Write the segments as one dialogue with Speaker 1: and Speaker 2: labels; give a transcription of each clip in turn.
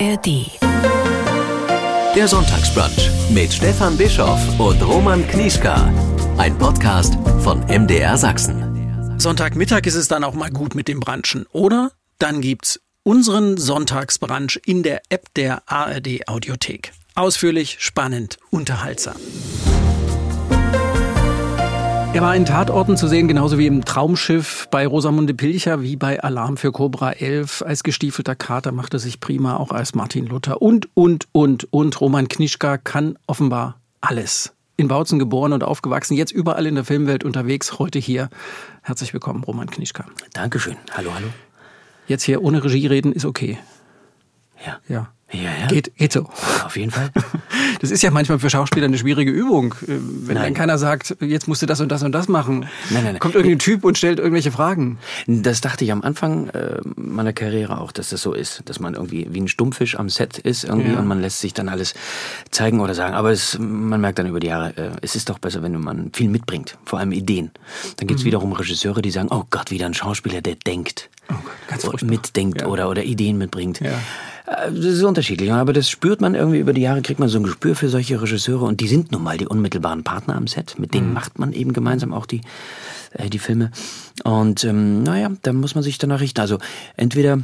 Speaker 1: ARD.
Speaker 2: Der Sonntagsbrunch mit Stefan Bischoff und Roman Knieschka. Ein Podcast von MDR Sachsen.
Speaker 3: Sonntagmittag ist es dann auch mal gut mit dem Brunchen, oder? Dann gibt's unseren Sonntagsbrunch in der App der ARD Audiothek. Ausführlich, spannend, unterhaltsam. Er war in Tatorten zu sehen, genauso wie im Traumschiff bei Rosamunde Pilcher, wie bei Alarm für Cobra 11. Als gestiefelter Kater machte sich prima, auch als Martin Luther. Und. Roman Knieschka kann offenbar alles. In Bautzen geboren und aufgewachsen, jetzt überall in der Filmwelt unterwegs, heute hier. Herzlich willkommen, Roman Knieschka.
Speaker 4: Dankeschön. Hallo.
Speaker 3: Jetzt hier ohne Regie reden ist okay.
Speaker 4: Ja.
Speaker 3: Geht so.
Speaker 4: Auf jeden Fall.
Speaker 3: Das ist ja manchmal für Schauspieler eine schwierige Übung. Wenn dann keiner sagt, jetzt musst du das und das und das machen.
Speaker 4: Nein.
Speaker 3: Kommt irgendein Typ und stellt irgendwelche Fragen.
Speaker 4: Das dachte ich am Anfang meiner Karriere auch, dass das so ist. Dass man irgendwie wie ein Stummfisch am Set ist irgendwie und man lässt sich dann alles zeigen oder sagen. Aber man merkt dann über die Jahre, es ist doch besser, wenn man viel mitbringt. Vor allem Ideen. Dann gibt es wiederum Regisseure, die sagen, oh Gott, wieder ein Schauspieler, der denkt.
Speaker 3: Oh Gott, ganz furchtbar.
Speaker 4: Mitdenkt oder Ideen mitbringt.
Speaker 3: Ja.
Speaker 4: Das ist unterschiedlich, aber das spürt man irgendwie über die Jahre, kriegt man so ein Gespür für solche Regisseure und die sind nun mal die unmittelbaren Partner am Set, mit denen macht man eben gemeinsam auch die Filme und da muss man sich danach richten. Also entweder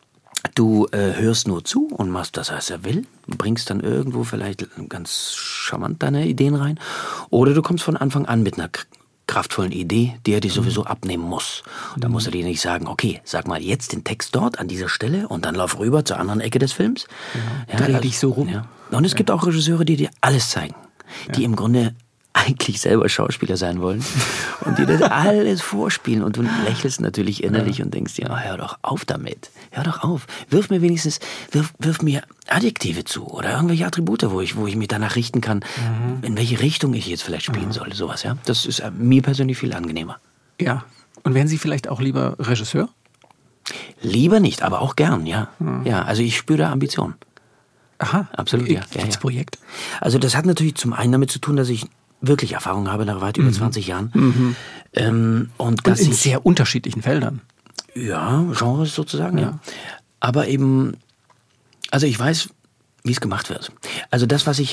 Speaker 4: du hörst nur zu und machst das, was er will, bringst dann irgendwo vielleicht ganz charmant deine Ideen rein, oder du kommst von Anfang an mit einer kraftvollen Idee, die er dich sowieso abnehmen muss. Und da muss er dir nicht sagen, okay, sag mal jetzt den Text dort an dieser Stelle und dann lauf rüber zur anderen Ecke des Films.
Speaker 3: Dreh dich so rum.
Speaker 4: Ja. Und es gibt auch Regisseure, die dir alles zeigen, die im Grunde eigentlich selber Schauspieler sein wollen und die das alles vorspielen und du lächelst natürlich innerlich und denkst dir, hör doch auf damit, hör doch auf, wirf mir wenigstens, wirf mir Adjektive zu oder irgendwelche Attribute, wo ich mich danach richten kann, in welche Richtung ich jetzt vielleicht spielen soll, sowas, ja. Das ist mir persönlich viel angenehmer.
Speaker 3: Ja. Und wären Sie vielleicht auch lieber Regisseur?
Speaker 4: Lieber nicht, aber auch gern, ja. Ja, also ich spüre da Ambitionen.
Speaker 3: Aha.
Speaker 4: Absolut, ja.
Speaker 3: Gibt's Projekt?
Speaker 4: Also das hat natürlich zum einen damit zu tun, dass ich wirklich Erfahrung habe nach weit über 20 Jahren. Und
Speaker 3: in sehr unterschiedlichen Feldern.
Speaker 4: Ja, Genres sozusagen, ja. Aber eben, also ich weiß, wie es gemacht wird. Also das, was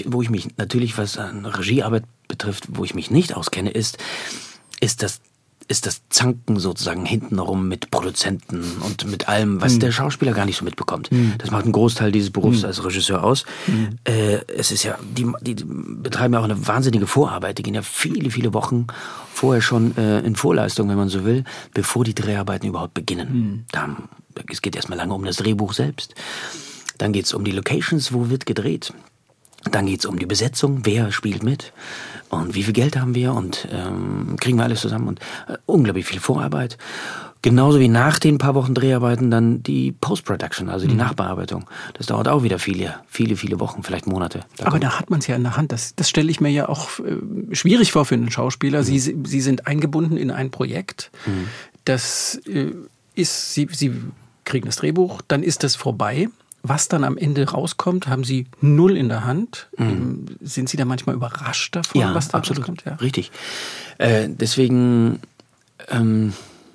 Speaker 4: Regiearbeit betrifft, wo ich mich nicht auskenne, ist das Zanken sozusagen hintenrum mit Produzenten und mit allem, was der Schauspieler gar nicht so mitbekommt. Das macht einen Großteil dieses Berufs als Regisseur aus. Es ist ja, die betreiben ja auch eine wahnsinnige Vorarbeit. Die gehen ja viele, viele Wochen vorher schon in Vorleistung, wenn man so will, bevor die Dreharbeiten überhaupt beginnen. Es geht erstmal lange um das Drehbuch selbst. Dann geht es um die Locations, wo wird gedreht. Dann geht es um die Besetzung, wer spielt mit und wie viel Geld haben wir und kriegen wir alles zusammen und unglaublich viel Vorarbeit. Genauso wie nach den paar Wochen Dreharbeiten dann die Post-Production, also die Nachbearbeitung. Das dauert auch wieder viele, viele Wochen, vielleicht Monate.
Speaker 3: Aber da hat man es ja in der Hand. Das stelle ich mir ja auch schwierig vor für einen Schauspieler. Sie sind eingebunden in ein Projekt. Das ist, Sie kriegen das Drehbuch, dann ist das vorbei. Was dann am Ende rauskommt, haben Sie null in der Hand. Sind Sie da manchmal überrascht davon, was da rauskommt? Ja,
Speaker 4: richtig. Deswegen kann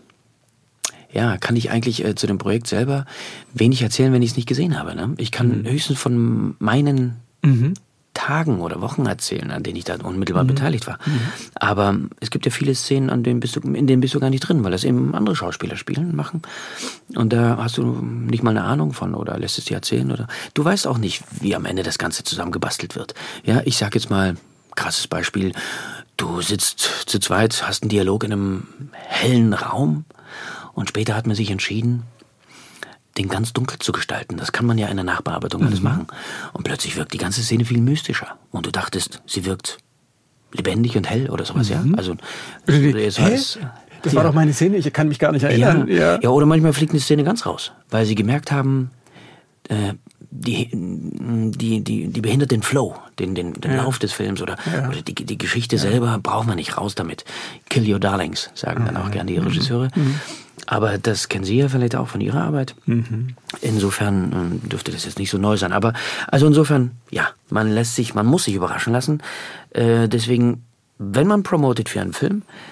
Speaker 4: ich eigentlich zu dem Projekt selber wenig erzählen, wenn ich es nicht gesehen habe. Ne? Ich kann höchstens von meinen Tagen oder Wochen erzählen, an denen ich da unmittelbar beteiligt war. Aber es gibt ja viele Szenen, in denen bist du gar nicht drin, weil das eben andere Schauspieler machen. Und da hast du nicht mal eine Ahnung von oder lässt es dir erzählen. Oder du weißt auch nicht, wie am Ende das Ganze zusammengebastelt wird. Ja, ich sag jetzt mal, krasses Beispiel, du sitzt zu zweit, hast einen Dialog in einem hellen Raum und später hat man sich entschieden, den ganz dunkel zu gestalten. Das kann man ja in der Nachbearbeitung alles machen. Und plötzlich wirkt die ganze Szene viel mystischer. Und du dachtest, sie wirkt lebendig und hell oder sowas, ja? Also,
Speaker 3: das war doch meine Szene, ich kann mich gar nicht erinnern.
Speaker 4: Ja, oder manchmal fliegt eine Szene ganz raus, weil sie gemerkt haben, die behindert den Flow, den Lauf des Films oder die Geschichte selber braucht man nicht raus damit. Kill your darlings, sagen dann auch gerne die Regisseure. Aber das kennen Sie ja vielleicht auch von Ihrer Arbeit. Insofern dürfte das jetzt nicht so neu sein. Aber also insofern, ja, man muss sich überraschen lassen. Deswegen, wenn man promotet für einen Film,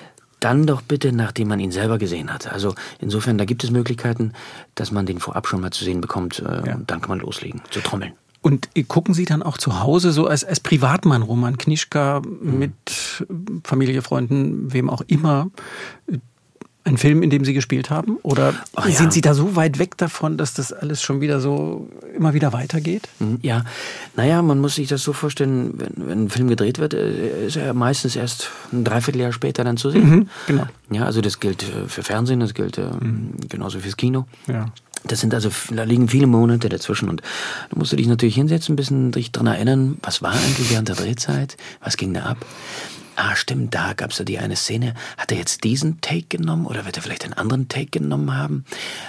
Speaker 4: dann doch bitte, nachdem man ihn selber gesehen hat. Also insofern, da gibt es Möglichkeiten, dass man den vorab schon mal zu sehen bekommt. Und dann kann man loslegen, zu trommeln.
Speaker 3: Und gucken Sie dann auch zu Hause so als Privatmann Roman Knischka mit Familie, Freunden, wem auch immer, einen Film, in dem Sie gespielt haben? Oder sind Sie da so weit weg davon, dass das alles schon wieder so immer wieder weitergeht?
Speaker 4: Ja, naja, man muss sich das so vorstellen, wenn ein Film gedreht wird, ist er meistens erst ein Dreivierteljahr später dann zu sehen.
Speaker 3: Genau.
Speaker 4: Ja, also das gilt für Fernsehen, das gilt genauso fürs Kino.
Speaker 3: Ja.
Speaker 4: Das sind also, da liegen viele Monate dazwischen und da musst du dich natürlich hinsetzen, ein bisschen dich dran erinnern, was war eigentlich während der Drehzeit, was ging da ab. Ah, stimmt, da gab es ja die eine Szene. Hat er jetzt diesen Take genommen oder wird er vielleicht einen anderen Take genommen haben?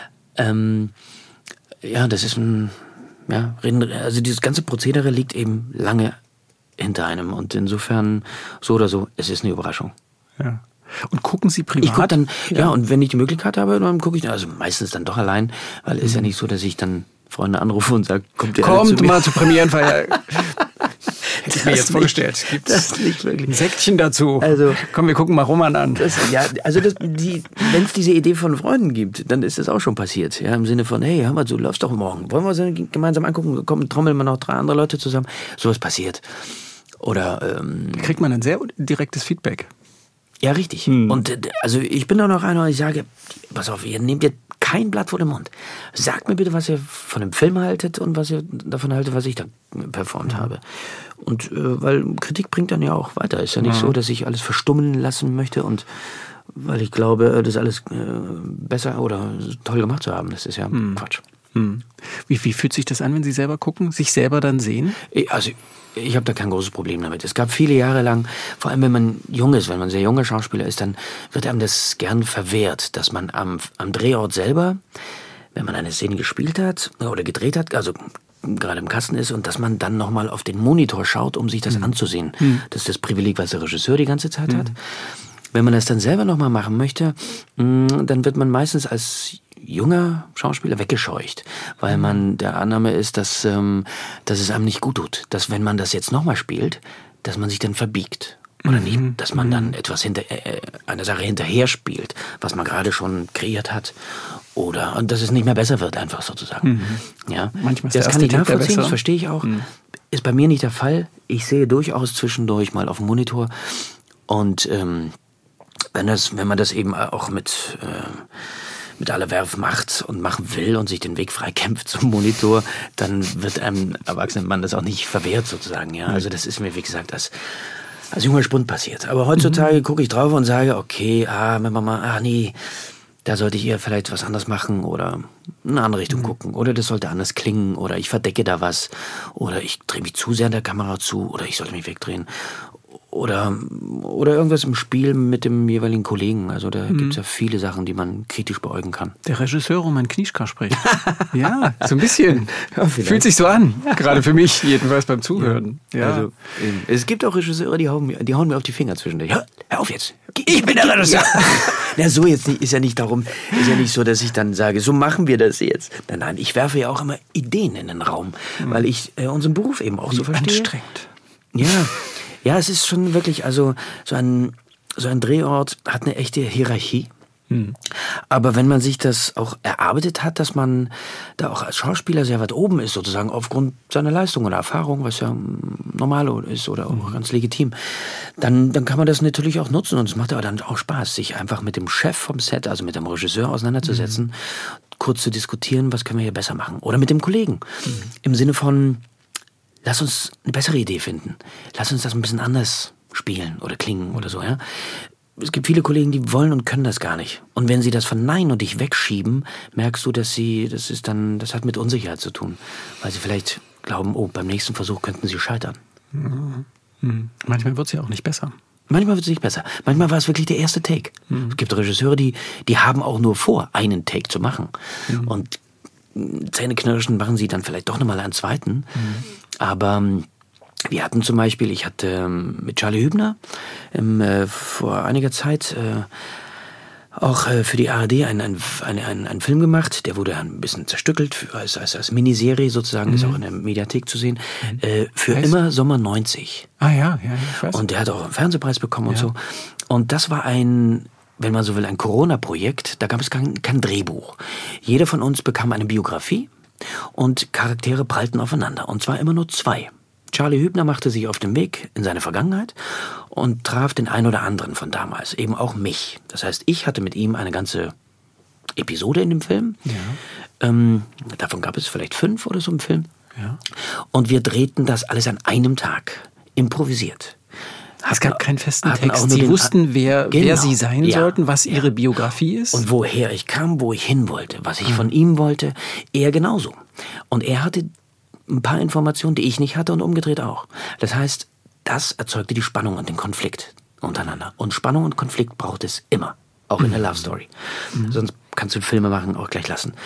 Speaker 4: Ja, das ist also dieses ganze Prozedere liegt eben lange hinter einem und insofern so oder so, es ist eine Überraschung.
Speaker 3: Ja. Und gucken Sie privat?
Speaker 4: Ich gucke dann, ja, und wenn ich die Möglichkeit habe, dann gucke ich, also meistens dann doch allein, weil es ist ja nicht so, dass ich dann Freunde anrufe und sage,
Speaker 3: kommt mal zur Premierenfeier. Hätte ich mir jetzt vorgestellt. Gibt es
Speaker 4: nicht wirklich.
Speaker 3: Ein Säckchen dazu?
Speaker 4: Also,
Speaker 3: komm, wir gucken mal Roman an.
Speaker 4: Wenn es diese Idee von Freunden gibt, dann ist das auch schon passiert. Ja, im Sinne von, hey, hör mal, du läufst doch morgen. Wollen wir uns gemeinsam angucken? Komm, trommeln wir noch 3 andere Leute zusammen. Sowas passiert. Oder
Speaker 3: kriegt man ein sehr direktes Feedback.
Speaker 4: Ja, richtig. Und also ich bin da noch einer, ich sage, pass auf, ihr nehmt ihr kein Blatt vor den Mund. Sagt mir bitte, was ihr von dem Film haltet und was ihr davon haltet, was ich da performt habe. Und weil Kritik bringt dann ja auch weiter. Ist ja nicht so, dass ich alles verstummen lassen möchte und weil ich glaube, das alles besser oder toll gemacht zu haben. Das ist ja Quatsch.
Speaker 3: Wie fühlt sich das an, wenn Sie selber gucken, sich selber dann sehen?
Speaker 4: Also ich habe da kein großes Problem damit. Es gab viele Jahre lang, vor allem wenn man jung ist, wenn man sehr junger Schauspieler ist, dann wird einem das gern verwehrt, dass man am Drehort selber, wenn man eine Szene gespielt hat oder gedreht hat, also gerade im Kasten ist und dass man dann nochmal auf den Monitor schaut, um sich das anzusehen. Das ist das Privileg, was der Regisseur die ganze Zeit hat. Wenn man das dann selber nochmal machen möchte, dann wird man meistens als junger Schauspieler weggescheucht, weil man der Annahme ist, dass es einem nicht gut tut. Dass wenn man das jetzt nochmal spielt, dass man sich dann verbiegt. Oder nicht, dass man dann etwas einer Sache hinterher spielt, was man gerade schon kreiert hat. Und dass es nicht mehr besser wird, einfach sozusagen. Ja.
Speaker 3: Manchmal ist
Speaker 4: das kann ich nachvollziehen, das verstehe ich auch. Ist bei mir nicht der Fall. Ich sehe durchaus zwischendurch mal auf dem Monitor und wenn man das eben auch mit aller Werf macht und machen will und sich den Weg freikämpft zum Monitor, dann wird einem erwachsenen Mann das auch nicht verwehrt sozusagen. Ja? Also das ist mir, wie gesagt, als junger Spund passiert. Aber heutzutage gucke ich drauf und sage, okay, nee, da sollte ich eher vielleicht was anderes machen oder in eine andere Richtung gucken. Oder das sollte anders klingen oder ich verdecke da was oder ich drehe mich zu sehr an der Kamera zu oder ich sollte mich wegdrehen. Oder irgendwas im Spiel mit dem jeweiligen Kollegen. Also da gibt es ja viele Sachen, die man kritisch beäugen kann.
Speaker 3: Der Regisseur Roman Knischka spricht. Ja, so ein bisschen. Ja, fühlt sich so an. Gerade für mich, jedenfalls beim Zuhören. Ja. Also,
Speaker 4: es gibt auch Regisseure, die hauen mir auf die Finger zwischendurch. Hör auf jetzt. Ich bin der Regisseur. Ja. Na, so jetzt nicht, ist ja nicht so, dass ich dann sage, so machen wir das jetzt. Nein, ich werfe ja auch immer Ideen in den Raum, weil ich unseren Beruf eben auch so verstehe.
Speaker 3: Anstrengend.
Speaker 4: Ja, es ist schon wirklich, also so ein Drehort hat eine echte Hierarchie. Aber wenn man sich das auch erarbeitet hat, dass man da auch als Schauspieler sehr weit oben ist, sozusagen aufgrund seiner Leistung oder Erfahrung, was ja normal ist oder auch ganz legitim, dann kann man das natürlich auch nutzen. Und es macht aber dann auch Spaß, sich einfach mit dem Chef vom Set, also mit dem Regisseur auseinanderzusetzen, kurz zu diskutieren, was können wir hier besser machen. Oder mit dem Kollegen. Im Sinne von, lass uns eine bessere Idee finden. Lass uns das ein bisschen anders spielen oder klingen oder so, ja. Es gibt viele Kollegen, die wollen und können das gar nicht. Und wenn sie das verneinen und dich wegschieben, merkst du, das hat mit Unsicherheit zu tun. Weil sie vielleicht glauben, beim nächsten Versuch könnten sie scheitern.
Speaker 3: Manchmal wird es ja auch nicht besser.
Speaker 4: Manchmal wird es nicht besser. Manchmal war es wirklich der erste Take. Es gibt Regisseure, die haben auch nur vor, einen Take zu machen. Und Zähneknirschen machen sie dann vielleicht doch nochmal einen zweiten. Aber wir hatten zum Beispiel, ich hatte mit Charlie Hübner vor einiger Zeit auch für die ARD einen Film gemacht. Der wurde ein bisschen zerstückelt, als Miniserie sozusagen, ist auch in der Mediathek zu sehen. Für immer Sommer 90.
Speaker 3: Ah ja, ich weiß.
Speaker 4: Und der hat auch einen Fernsehpreis bekommen und so. Und das war ein wenn man so will, ein Corona-Projekt. Da gab es kein Drehbuch. Jeder von uns bekam eine Biografie und Charaktere prallten aufeinander. Und zwar immer nur 2. Charlie Hübner machte sich auf den Weg in seine Vergangenheit und traf den einen oder anderen von damals, eben auch mich. Das heißt, ich hatte mit ihm eine ganze Episode in dem Film. Ja. Davon gab es vielleicht 5 oder so im Film. Ja. Und wir drehten das alles an einem Tag, improvisiert.
Speaker 3: Es gab keinen festen Text. Sie wussten, wer Sie sein sollten, was Ihre Biografie ist.
Speaker 4: Und woher ich kam, wo ich hin wollte, was ich von ihm wollte. Er genauso. Und er hatte ein paar Informationen, die ich nicht hatte und umgedreht auch. Das heißt, das erzeugte die Spannung und den Konflikt untereinander. Und Spannung und Konflikt braucht es immer. Auch in der Love Story. Sonst kannst du Filme machen auch gleich lassen.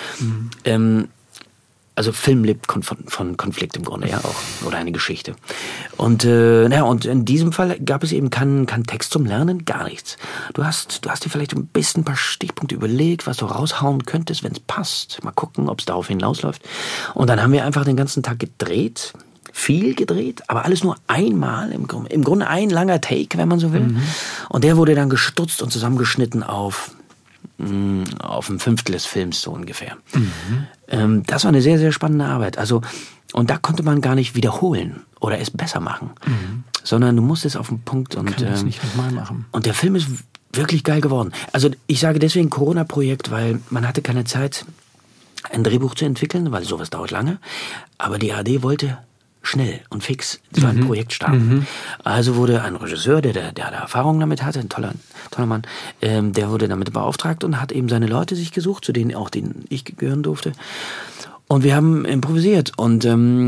Speaker 4: Also Film lebt von Konflikt im Grunde, ja auch. Oder eine Geschichte. Und und in diesem Fall gab es eben keinen Text zum Lernen, gar nichts. Du hast dir vielleicht ein paar Stichpunkte überlegt, was du raushauen könntest, wenn es passt. Mal gucken, ob es darauf hinausläuft. Und dann haben wir einfach den ganzen Tag gedreht. Viel gedreht, aber alles nur einmal. Im Grunde ein langer Take, wenn man so will. Und der wurde dann gestutzt und zusammengeschnitten auf ein 1/5 des Films so ungefähr. Das war eine sehr, sehr spannende Arbeit. Also, und da konnte man gar nicht wiederholen oder es besser machen, sondern du musstest auf den Punkt und
Speaker 3: kann das nicht nochmal machen.
Speaker 4: Und der Film ist wirklich geil geworden. Also ich sage deswegen Corona-Projekt, weil man hatte keine Zeit, ein Drehbuch zu entwickeln, weil sowas dauert lange. Aber die ARD wollte schnell und fix so ein Projekt starten. Also wurde ein Regisseur, der Erfahrung damit hatte, ein toller Mann, der wurde damit beauftragt und hat eben seine Leute sich gesucht, zu denen auch ich gehören durfte. Und wir haben improvisiert und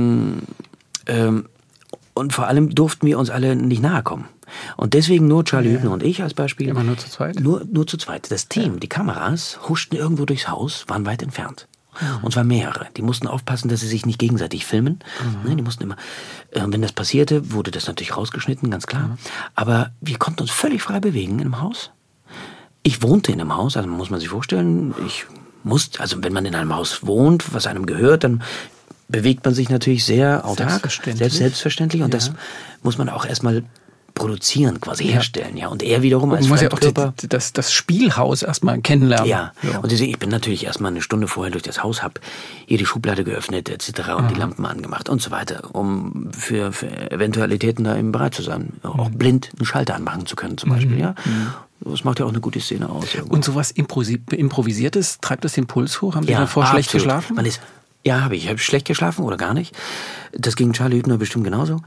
Speaker 4: vor allem durften wir uns alle nicht nahe kommen. Und deswegen nur Charlie Hübner und ich als Beispiel.
Speaker 3: Immer nur zu zweit?
Speaker 4: Nur zu zweit. Das Team, die Kameras, huschten irgendwo durchs Haus, waren weit entfernt. Und zwar mehrere. Die mussten aufpassen, dass sie sich nicht gegenseitig filmen. Die mussten immer, wenn das passierte, wurde das natürlich rausgeschnitten, ganz klar. Aber wir konnten uns völlig frei bewegen in einem Haus. Ich wohnte in einem Haus, also muss man sich vorstellen, also wenn man in einem Haus wohnt, was einem gehört, dann bewegt man sich natürlich sehr autark, selbstverständlich. Und das muss man auch erstmal produzieren, quasi herstellen, ja. Und er wiederum als Fremdkörper...
Speaker 3: Man muss ja auch das Spielhaus erstmal kennenlernen.
Speaker 4: Ja. Und ich bin natürlich erstmal eine Stunde vorher durch das Haus, habe jede Schublade geöffnet, etc. und die Lampen angemacht und so weiter, um für Eventualitäten da eben bereit zu sein. Auch blind einen Schalter anmachen zu können, zum Beispiel, ja. Das macht ja auch eine gute Szene aus. Irgendwo.
Speaker 3: Und sowas Improvisiertes, treibt das den Puls hoch? Haben Sie davor schlecht geschlafen?
Speaker 4: Ja, habe ich. Ich habe schlecht geschlafen oder gar nicht. Das ging Charlie Hübner bestimmt genauso.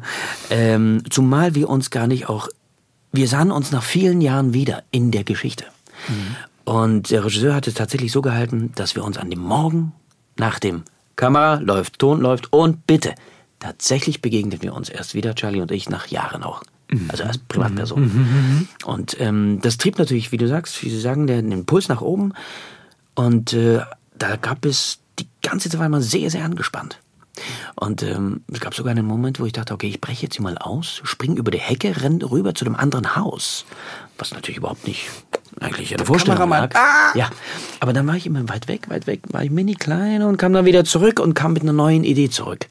Speaker 4: Zumal wir uns gar nicht wir sahen uns nach vielen Jahren wieder in der Geschichte. Und der Regisseur hat es tatsächlich so gehalten, dass wir uns an dem Morgen nach dem Kamera läuft, Ton läuft und bitte, tatsächlich begegnen wir uns erst wieder, Charlie und ich, nach Jahren auch. Also als Privatperson. Und das trieb natürlich, wie du sagst, wie Sie sagen, den Puls nach oben. Und da gab es die ganze Zeit mal sehr, sehr angespannt. Und es gab sogar einen Moment, wo ich dachte, okay, ich breche jetzt hier mal aus, springe über die Hecke, renne rüber zu dem anderen Haus. Was natürlich überhaupt nicht eigentlich eine Vorstellung lag. Ja, aber dann war ich immer weit weg, war ich mini klein und kam dann wieder zurück und kam mit einer neuen Idee zurück.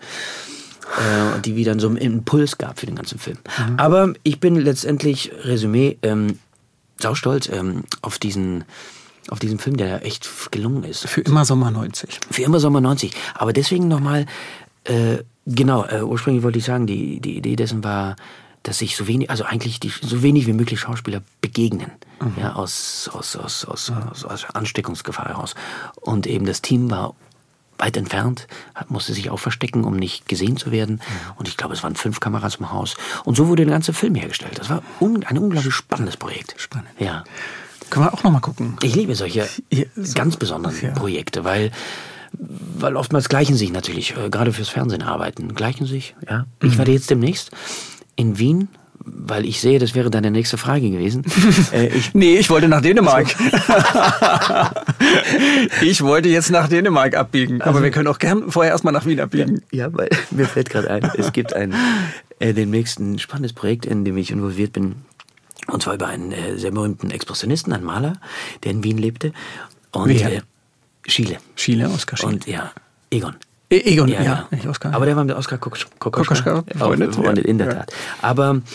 Speaker 4: Die wieder so einen Impuls gab für den ganzen Film. Aber ich bin letztendlich, Resümee, saustolz auf diesen Film, der echt gelungen ist.
Speaker 3: Für immer Sommer 90.
Speaker 4: Für immer Sommer 90. Aber deswegen nochmal, ursprünglich wollte ich sagen, die Idee dessen war, dass sich so wenig wie möglich Schauspieler begegnen. Ja, aus Ansteckungsgefahr heraus. Und eben das Team war weit entfernt, musste sich auch verstecken, um nicht gesehen zu werden. Und ich glaube, es waren 5 Kameras im Haus. Und so wurde der ganze Film hergestellt. Das war ein unglaublich spannendes Projekt.
Speaker 3: Spannend.
Speaker 4: Ja.
Speaker 3: Können wir auch noch mal gucken.
Speaker 4: Ich liebe solche ganz besonderen Projekte, weil oftmals gleichen sich natürlich, gerade fürs Fernsehen arbeiten, gleichen sich, ja. Ich werde jetzt demnächst in Wien, weil ich sehe, das wäre deine nächste Frage gewesen.
Speaker 3: Ich wollte nach Dänemark. Ich wollte jetzt nach Dänemark abbiegen, aber wir können auch gern vorher erstmal nach Wien abbiegen.
Speaker 4: Ja, weil mir fällt gerade ein, es gibt demnächst ein spannendes Projekt, in dem ich involviert bin. Und zwar über einen sehr berühmten Expressionisten, einen Maler, der in Wien lebte. Und Schiele.
Speaker 3: Schiele, Oskar Schiele.
Speaker 4: Und Egon.
Speaker 3: Nicht Oskar.
Speaker 4: Aber der war mit Oskar Kokoschka
Speaker 3: befreundet,
Speaker 4: in der Tat. Aber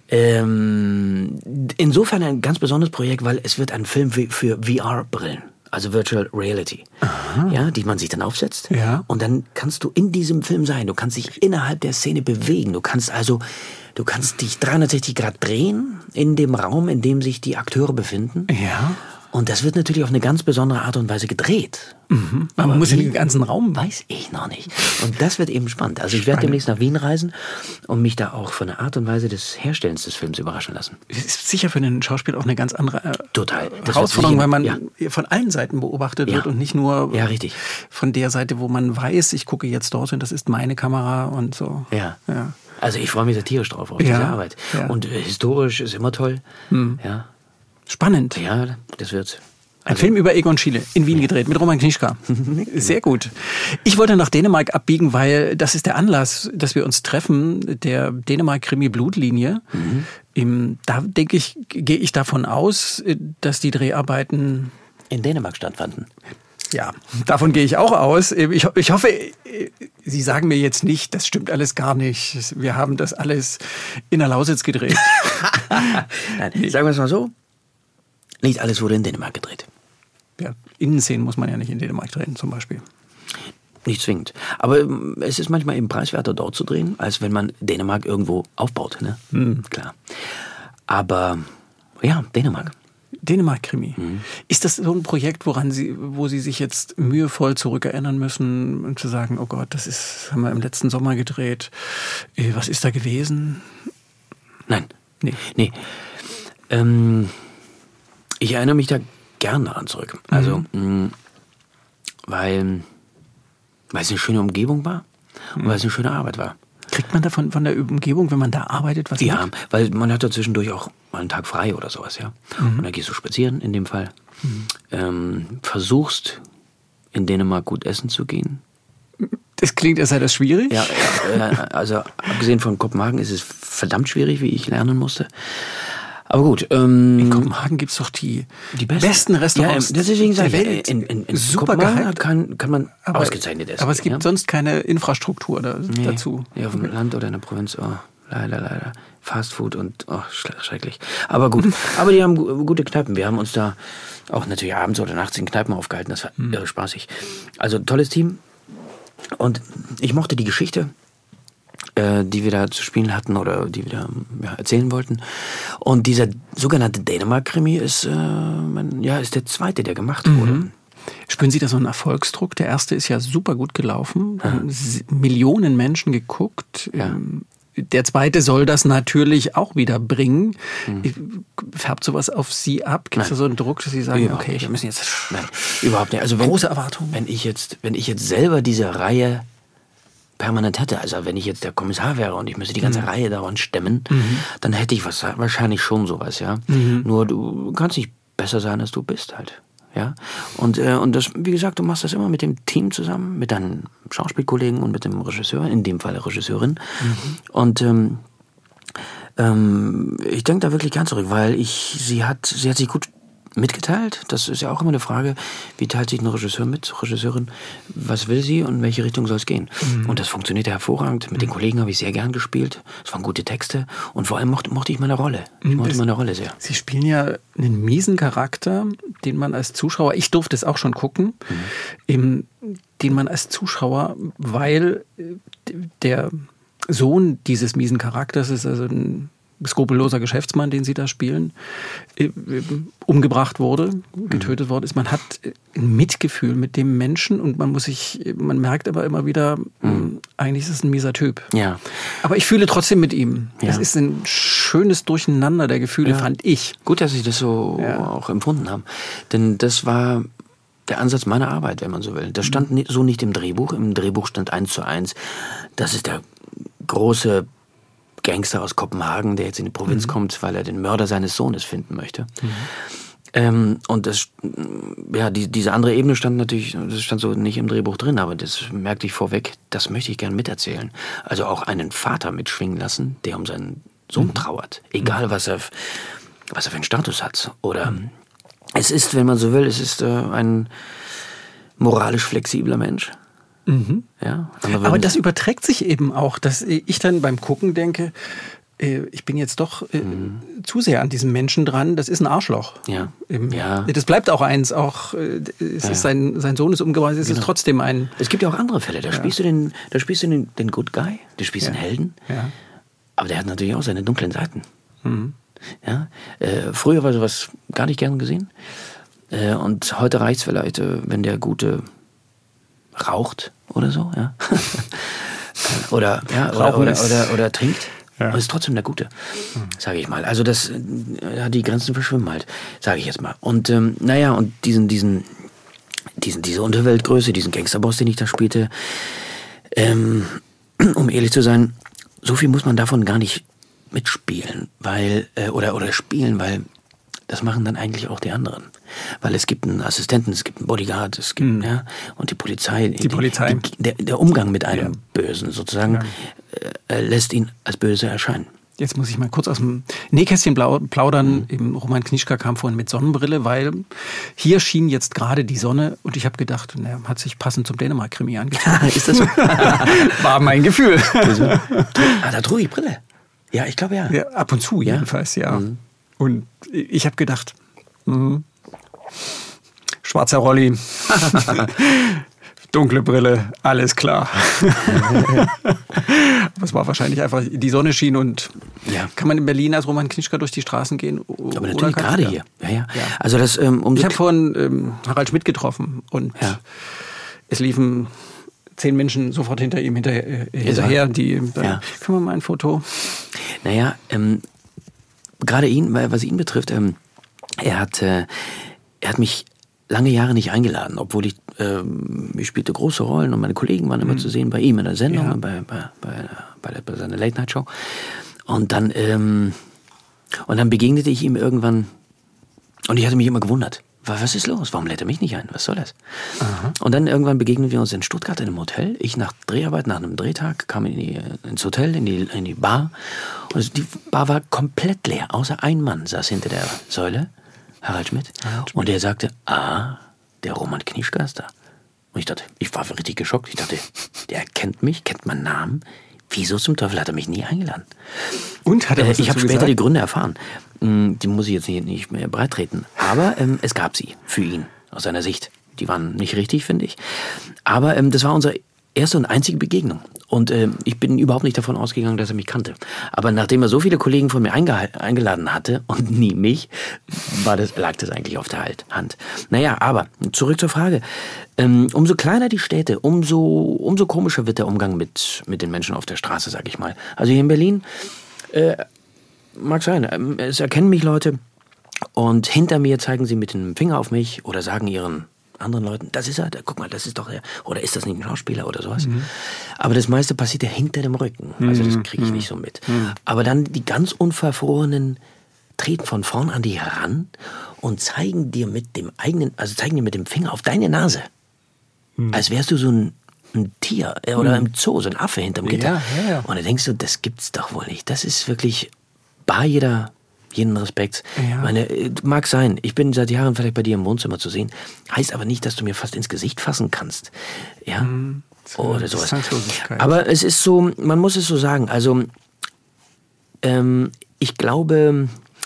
Speaker 4: Insofern ein ganz besonderes Projekt, weil es wird ein Film für VR-Brillen. Also Virtual Reality, ja, die man sich dann aufsetzt.
Speaker 3: Ja.
Speaker 4: Und dann kannst du in diesem Film sein. Du kannst dich innerhalb der Szene bewegen. Du kannst dich 360 Grad drehen in dem Raum, in dem sich die Akteure befinden.
Speaker 3: Ja.
Speaker 4: Und das wird natürlich auf eine ganz besondere Art und Weise gedreht.
Speaker 3: Mhm. Aber man muss in den ganzen Raum.
Speaker 4: Weiß ich noch nicht. Und das wird eben spannend. Also ich werde demnächst nach Wien reisen und mich da auch von der Art und Weise des Herstellens des Films überraschen lassen.
Speaker 3: Ist sicher für einen Schauspieler auch eine ganz andere Herausforderung, weil man von allen Seiten beobachtet wird und nicht nur
Speaker 4: richtig.
Speaker 3: von der Seite, wo man weiß, ich gucke jetzt dorthin, das ist meine Kamera und so.
Speaker 4: Ja. Also ich freue mich sehr tierisch drauf, auf diese Arbeit. Ja. Und historisch ist immer toll. Ja.
Speaker 3: Spannend.
Speaker 4: Ja, das wird.
Speaker 3: Ein Film über Egon Schiele, in Wien gedreht, mit Roman Knischka. Sehr gut. Ich wollte nach Dänemark abbiegen, weil das ist der Anlass, dass wir uns treffen, der Dänemark-Krimi Blutlinie. Da denke ich, gehe ich davon aus, dass die Dreharbeiten
Speaker 4: in Dänemark stattfanden.
Speaker 3: Ja, davon gehe ich auch aus. Ich hoffe, Sie sagen mir jetzt nicht, das stimmt alles gar nicht. Wir haben das alles in der Lausitz gedreht.
Speaker 4: Nein, sagen wir es mal so. Nicht alles wurde in Dänemark gedreht.
Speaker 3: Ja, Innenszenen muss man ja nicht in Dänemark drehen, zum Beispiel.
Speaker 4: Nicht zwingend. Aber es ist manchmal eben preiswerter, dort zu drehen, als wenn man Dänemark irgendwo aufbaut. Ne? Klar. Aber ja, Dänemark.
Speaker 3: Dänemark-Krimi. Ist das so ein Projekt, wo Sie sich jetzt mühevoll zurückerinnern müssen und zu sagen, oh Gott, das haben wir im letzten Sommer gedreht. Was ist da gewesen?
Speaker 4: Nein. Nee. Ich erinnere mich da gern daran zurück. Also, weil es eine schöne Umgebung war und weil es eine schöne Arbeit war.
Speaker 3: Kriegt man davon von der Umgebung, wenn man da arbeitet, was
Speaker 4: Ja,
Speaker 3: mit?
Speaker 4: Weil man hat da zwischendurch auch mal einen Tag frei oder sowas, ja. Und dann gehst du spazieren in dem Fall. Versuchst in Dänemark gut essen zu gehen.
Speaker 3: Das klingt, als sei das schwierig.
Speaker 4: Ja, also abgesehen von Kopenhagen ist es verdammt schwierig, wie ich lernen musste. Aber gut.
Speaker 3: In Kopenhagen gibt es doch die besten Restaurants
Speaker 4: deswegen
Speaker 3: der Welt.
Speaker 4: In
Speaker 3: super
Speaker 4: Kopenhagen kann man ausgezeichnet essen.
Speaker 3: Aber es gibt sonst keine Infrastruktur dazu.
Speaker 4: Ja, auf dem Land oder in der Provinz. Oh, leider. Fast Food und schrecklich. Aber gut. Aber die haben gute Kneipen. Wir haben uns da auch natürlich abends oder nachts in Kneipen aufgehalten. Das war irre spaßig. Also tolles Team. Und ich mochte die Geschichte, die wir da zu spielen hatten oder die wir da erzählen wollten. Und dieser sogenannte Dänemark-Krimi ist der zweite, der gemacht wurde.
Speaker 3: Spüren Sie da so einen Erfolgsdruck? Der erste ist ja super gut gelaufen. Millionen Menschen geguckt.
Speaker 4: Ja.
Speaker 3: Der zweite soll das natürlich auch wieder bringen. Färbt sowas auf Sie ab? Gibt es da so einen Druck, dass Sie sagen,
Speaker 4: überhaupt
Speaker 3: okay,
Speaker 4: nicht.
Speaker 3: wir müssen jetzt...
Speaker 4: Nein, überhaupt nicht. Also
Speaker 3: große Erwartungen.
Speaker 4: Wenn ich jetzt selber diese Reihe permanent hätte, also wenn ich jetzt der Kommissar wäre und ich müsste die ganze Reihe dauernd stemmen, dann hätte ich wahrscheinlich schon sowas, ja. Nur du kannst nicht besser sein, als du bist halt. Ja, und das, wie gesagt, du machst das immer mit dem Team zusammen, mit deinen Schauspielkollegen und mit dem Regisseur, in dem Fall der Regisseurin. Und ich denke da wirklich ganz zurück, weil sie hat sich gut mitgeteilt. Das ist ja auch immer eine Frage, wie teilt sich ein Regisseur mit, Regisseurin, was will sie und in welche Richtung soll es gehen. Und das funktionierte hervorragend. Mit den Kollegen habe ich sehr gern gespielt. Es waren gute Texte und vor allem mochte ich meine Rolle. Ich mochte meine Rolle sehr.
Speaker 3: Sie spielen ja einen miesen Charakter, den man als Zuschauer, ich durfte es auch schon gucken, den man als Zuschauer, weil der Sohn dieses miesen Charakters ist also ein skrupelloser Geschäftsmann, den Sie da spielen, umgebracht wurde, getötet worden ist. Man hat ein Mitgefühl mit dem Menschen und man merkt aber immer wieder, eigentlich ist es ein mieser Typ.
Speaker 4: Ja.
Speaker 3: Aber ich fühle trotzdem mit ihm. Ja. Das ist ein schönes Durcheinander der Gefühle, fand ich.
Speaker 4: Gut, dass Sie das so auch empfunden haben. Denn das war der Ansatz meiner Arbeit, wenn man so will. Das stand so nicht im Drehbuch. Im Drehbuch stand 1:1. Das ist der große Gangster aus Kopenhagen, der jetzt in die Provinz kommt, weil er den Mörder seines Sohnes finden möchte. Und diese andere Ebene stand so nicht im Drehbuch drin, aber das merkte ich vorweg, das möchte ich gern miterzählen. Also auch einen Vater mitschwingen lassen, der um seinen Sohn trauert. Egal, was er für einen Status hat. Oder es ist, wenn man so will, ein moralisch flexibler Mensch.
Speaker 3: Ja, aber das überträgt sich eben auch, dass ich dann beim Gucken denke, ich bin jetzt doch zu sehr an diesem Menschen dran, das ist ein Arschloch.
Speaker 4: Ja.
Speaker 3: Das bleibt auch eins, auch sein Sohn ist umgebracht, es ist trotzdem ein...
Speaker 4: Es gibt ja auch andere Fälle, da spielst du den Good Guy, du spielst den Helden, aber der hat natürlich auch seine dunklen Seiten. Mhm. Ja? Früher war sowas gar nicht gern gesehen und heute reicht es vielleicht, wenn der Gute raucht oder so, ja. oder trinkt. Ja. Und ist trotzdem der Gute, sage ich mal. Also die Grenzen verschwimmen halt, sage ich jetzt mal. Und und diese Unterweltgröße, diesen Gangsterboss, den ich da spielte, um ehrlich zu sein, so viel muss man davon gar nicht mitspielen, weil das machen dann eigentlich auch die anderen. Weil es gibt einen Assistenten, es gibt einen Bodyguard, es gibt, und die Polizei. Der Umgang mit einem Bösen sozusagen lässt ihn als böse erscheinen.
Speaker 3: Jetzt muss ich mal kurz aus dem Nähkästchen plaudern. Roman Knischka kam vorhin mit Sonnenbrille, weil hier schien jetzt gerade die Sonne und ich habe gedacht, hat sich passend zum Dänemark-Krimi angezogen.
Speaker 4: Ist das so?
Speaker 3: War mein Gefühl.
Speaker 4: Da trug ich Brille. Ja, ich glaube ja.
Speaker 3: Ab und zu jedenfalls, ja. Mhm. Und ich habe gedacht, schwarzer Rolli, dunkle Brille, alles klar. Aber es war wahrscheinlich einfach, die Sonne schien und kann man in Berlin als Roman Knischka durch die Straßen gehen?
Speaker 4: Aber natürlich gerade hier. Ja. Also das,
Speaker 3: ich habe vorhin Harald Schmidt getroffen und es liefen 10 Menschen sofort hinter ihm hinterher. Können wir mal ein Foto?
Speaker 4: Naja, gerade was ihn betrifft, er hat mich lange Jahre nicht eingeladen, obwohl ich spielte große Rollen und meine Kollegen waren immer zu sehen bei ihm in der Sendung, und bei seiner Late-Night-Show. Und dann begegnete ich ihm irgendwann und ich hatte mich immer gewundert. Was ist los? Warum lädt er mich nicht ein? Was soll das? Aha. Und dann irgendwann begegnen wir uns in Stuttgart in einem Hotel. Ich nach Dreharbeit, nach einem Drehtag, kam ins Hotel, in die Bar. Und die Bar war komplett leer, außer ein Mann saß hinter der Säule, Harald Schmidt. Und der sagte, der Roman Knischka ist da. Und ich war richtig geschockt. Ich dachte, der kennt mich, kennt meinen Namen. Wieso zum Teufel hat er mich nie eingeladen?
Speaker 3: Und hat er was
Speaker 4: Ich habe später
Speaker 3: gesagt?
Speaker 4: die Gründe erfahren. Die muss ich jetzt nicht mehr breittreten. Aber es gab sie für ihn, aus seiner Sicht. Die waren nicht richtig, finde ich. Aber das war unsere erste und einzige Begegnung. Und ich bin überhaupt nicht davon ausgegangen, dass er mich kannte. Aber nachdem er so viele Kollegen von mir eingeladen hatte und nie mich, lag das eigentlich auf der Hand. Naja, aber zurück zur Frage. Umso kleiner die Städte, umso komischer wird der Umgang mit den Menschen auf der Straße, sag ich mal. Also hier in Berlin, mag sein, es erkennen mich Leute und hinter mir zeigen sie mit dem Finger auf mich oder sagen ihren anderen Leuten, das ist er, guck mal, das ist doch er, oder ist das nicht ein Schauspieler oder sowas. Mhm. Aber das meiste passiert ja hinter dem Rücken, also das kriege ich nicht so mit. Mhm. Aber dann die ganz Unverfrorenen treten von vorn an dich heran und zeigen dir mit dem Finger auf deine Nase, als wärst du so ein Tier oder im Zoo, so ein Affe hinterm Gitter. Ja. Und dann denkst du, das gibt's doch wohl nicht. Das ist wirklich bar jeden Respekt. Ja. Mag sein, ich bin seit Jahren vielleicht bei dir im Wohnzimmer zu sehen, heißt aber nicht, dass du mir fast ins Gesicht fassen kannst. Ja, oder sowas. Aber es ist so, man muss es so sagen, also ich glaube,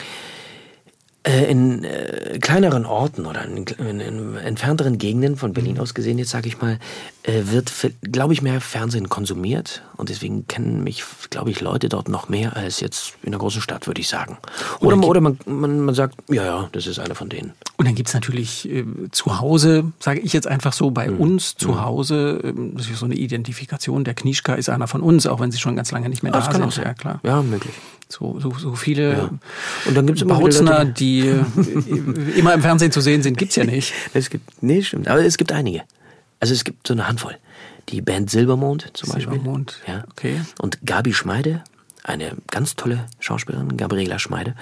Speaker 4: in kleineren Orten oder in entfernteren Gegenden von Berlin aus gesehen, jetzt sage ich mal, wird, glaube ich, mehr Fernsehen konsumiert und deswegen kennen mich, glaube ich, Leute dort noch mehr als jetzt in der großen Stadt, würde ich sagen. Oder man sagt, ja, das ist einer von denen.
Speaker 3: Und dann gibt es natürlich zu Hause, sage ich jetzt einfach so, bei uns zu Hause, das ist so eine Identifikation, der Knischka ist einer von uns, auch wenn sie schon ganz lange nicht mehr da sind.
Speaker 4: Auch sein.
Speaker 3: Ja, klar.
Speaker 4: Ja, möglich.
Speaker 3: So viele
Speaker 4: Und dann gibt's immer
Speaker 3: Bautzner, die immer im Fernsehen zu sehen sind, gibt's ja nicht.
Speaker 4: Stimmt. Aber es gibt einige. Also es gibt so eine Handvoll. Die Band Silbermond zum Beispiel.
Speaker 3: Silbermond,
Speaker 4: ja.
Speaker 3: Okay.
Speaker 4: Und Gabi Schmeide, eine ganz tolle Schauspielerin, Gabriela Schmeide.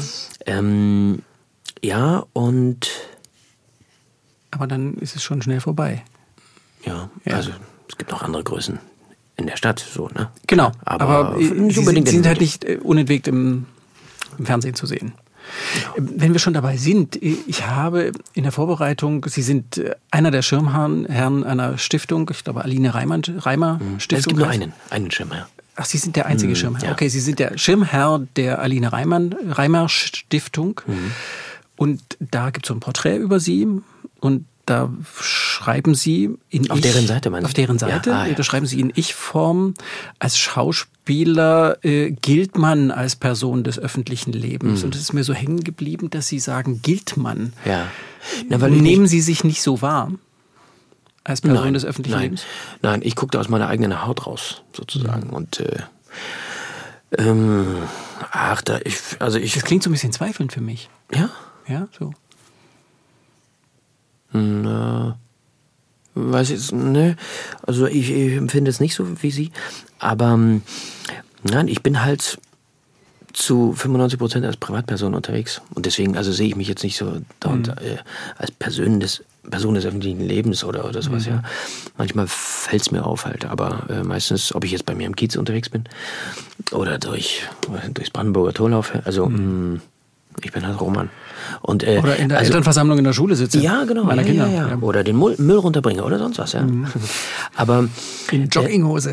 Speaker 3: Ja.
Speaker 4: Und...
Speaker 3: Aber dann ist es schon schnell vorbei.
Speaker 4: Ja, also es gibt noch andere Größen in der Stadt, so, ne?
Speaker 3: Genau,
Speaker 4: aber
Speaker 3: nicht unbedingt sie sind halt nicht unentwegt im Fernsehen zu sehen. Genau. Wenn wir schon dabei sind, ich habe in der Vorbereitung, Sie sind einer der Schirmherren einer Stiftung, ich glaube Aline Reimer Stiftung.
Speaker 4: Es gibt nur einen Schirmherr.
Speaker 3: Ach, Sie sind der einzige Schirmherr.
Speaker 4: Ja.
Speaker 3: Okay, Sie sind der Schirmherr der Aline Reimer Stiftung. Und da gibt es so ein Porträt über Sie. Und da schreiben Sie in
Speaker 4: Auf deren Seite, meinst du?
Speaker 3: Auf deren Seite.
Speaker 4: Ja,
Speaker 3: Da schreiben Sie in Ich-Form. Als Schauspieler gilt man als Person des öffentlichen Lebens. Und es ist mir so hängen geblieben, dass Sie sagen, gilt man.
Speaker 4: Ja. Na, weil
Speaker 3: Nehmen Sie sich nicht so wahr als Person des öffentlichen Lebens?
Speaker 4: Nein, ich gucke da aus meiner eigenen Haut raus, sozusagen. Und
Speaker 3: Das klingt so ein bisschen zweifelnd für mich.
Speaker 4: Ja?
Speaker 3: Ja, so.
Speaker 4: Weiß ich, ne? Also ich empfinde es nicht so wie Sie. Aber nein, ich bin halt zu 95% als Privatperson unterwegs. Und deswegen, also sehe ich mich jetzt nicht so als Person des öffentlichen Lebens oder sowas, ja. Manchmal fällt es mir auf halt, aber meistens, ob ich jetzt bei mir im Kiez unterwegs bin oder durchs Brandenburger Tor laufe, also ich bin halt Roman. Und,
Speaker 3: oder in der Elternversammlung in der Schule sitze.
Speaker 4: Ja, genau.
Speaker 3: Meiner Kinder.
Speaker 4: Ja. Oder den Müll runterbringe oder sonst was, ja. Aber
Speaker 3: in Jogginghose.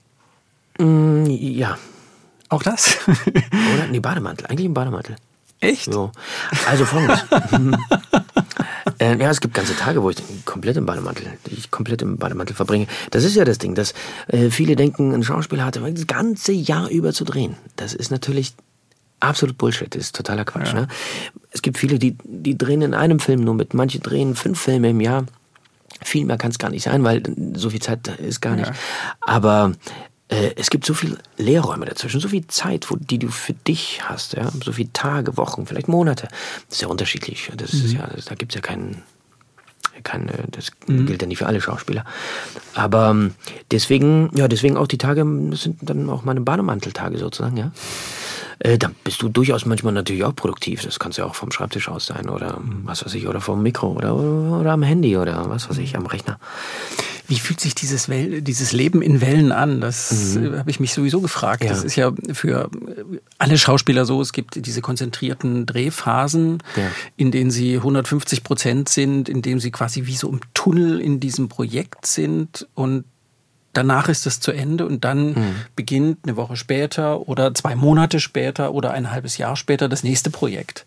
Speaker 4: Ja.
Speaker 3: Auch das?
Speaker 4: Oder? Nee, Bademantel. Eigentlich ein Bademantel.
Speaker 3: Echt?
Speaker 4: So. Also Folgendes. Ja, es gibt ganze Tage, wo ich komplett im Bademantel verbringe. Das ist ja das Ding, dass viele denken, ein Schauspieler hatte das ganze Jahr über zu drehen. Das ist natürlich absolut Bullshit. Das ist totaler Quatsch. Ja. Ne? Es gibt viele, die drehen in einem Film nur mit. Manche drehen 5 Filme im Jahr. Viel mehr kann es gar nicht sein, weil so viel Zeit ist gar nicht. Aber es gibt so viele Leerräume dazwischen, so viel Zeit, die du für dich hast, ja, so viele Tage, Wochen, vielleicht Monate. Das ist ja unterschiedlich. Das ist da gibt es ja das gilt ja nicht für alle Schauspieler. Aber deswegen auch die Tage, das sind dann auch meine Bademanteltage sozusagen, ja. Dann bist du durchaus manchmal natürlich auch produktiv. Das kannst ja auch vom Schreibtisch aus sein oder was weiß ich, oder vom Mikro oder am Handy oder was weiß ich, am Rechner.
Speaker 3: Wie fühlt sich dieses Leben in Wellen an? Das habe ich mich sowieso gefragt. Ja. Das ist ja für alle Schauspieler so. Es gibt diese konzentrierten Drehphasen, in denen sie 150% sind, in denen sie quasi wie so im Tunnel in diesem Projekt sind und danach ist es zu Ende und dann beginnt eine Woche später oder 2 Monate später oder ein halbes Jahr später das nächste Projekt.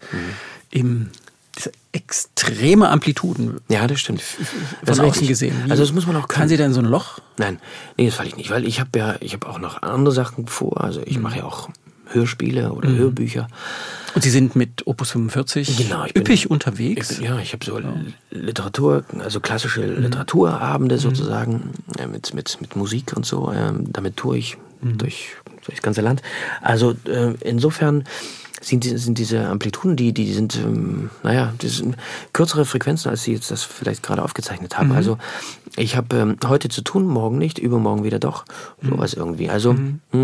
Speaker 3: Diese extreme Amplituden.
Speaker 4: Ja, das stimmt.
Speaker 3: Von außen gesehen.
Speaker 4: Also das muss man auch können.
Speaker 3: Kann Sie da in so ein Loch?
Speaker 4: Nein, das falle ich nicht, weil ich habe auch noch andere Sachen vor. Also ich mache ja auch Hörspiele oder Hörbücher. Und
Speaker 3: Sie sind mit Opus 45 üppig unterwegs?
Speaker 4: Ich habe so Literatur, also klassische Literaturabende sozusagen, mit Musik und so. Damit toure ich durch das ganze Land. Also insofern sind diese Amplituden, die sind, das sind kürzere Frequenzen, als Sie jetzt das vielleicht gerade aufgezeichnet haben. Also ich habe heute zu tun, morgen nicht, übermorgen wieder doch. Sowas irgendwie. Also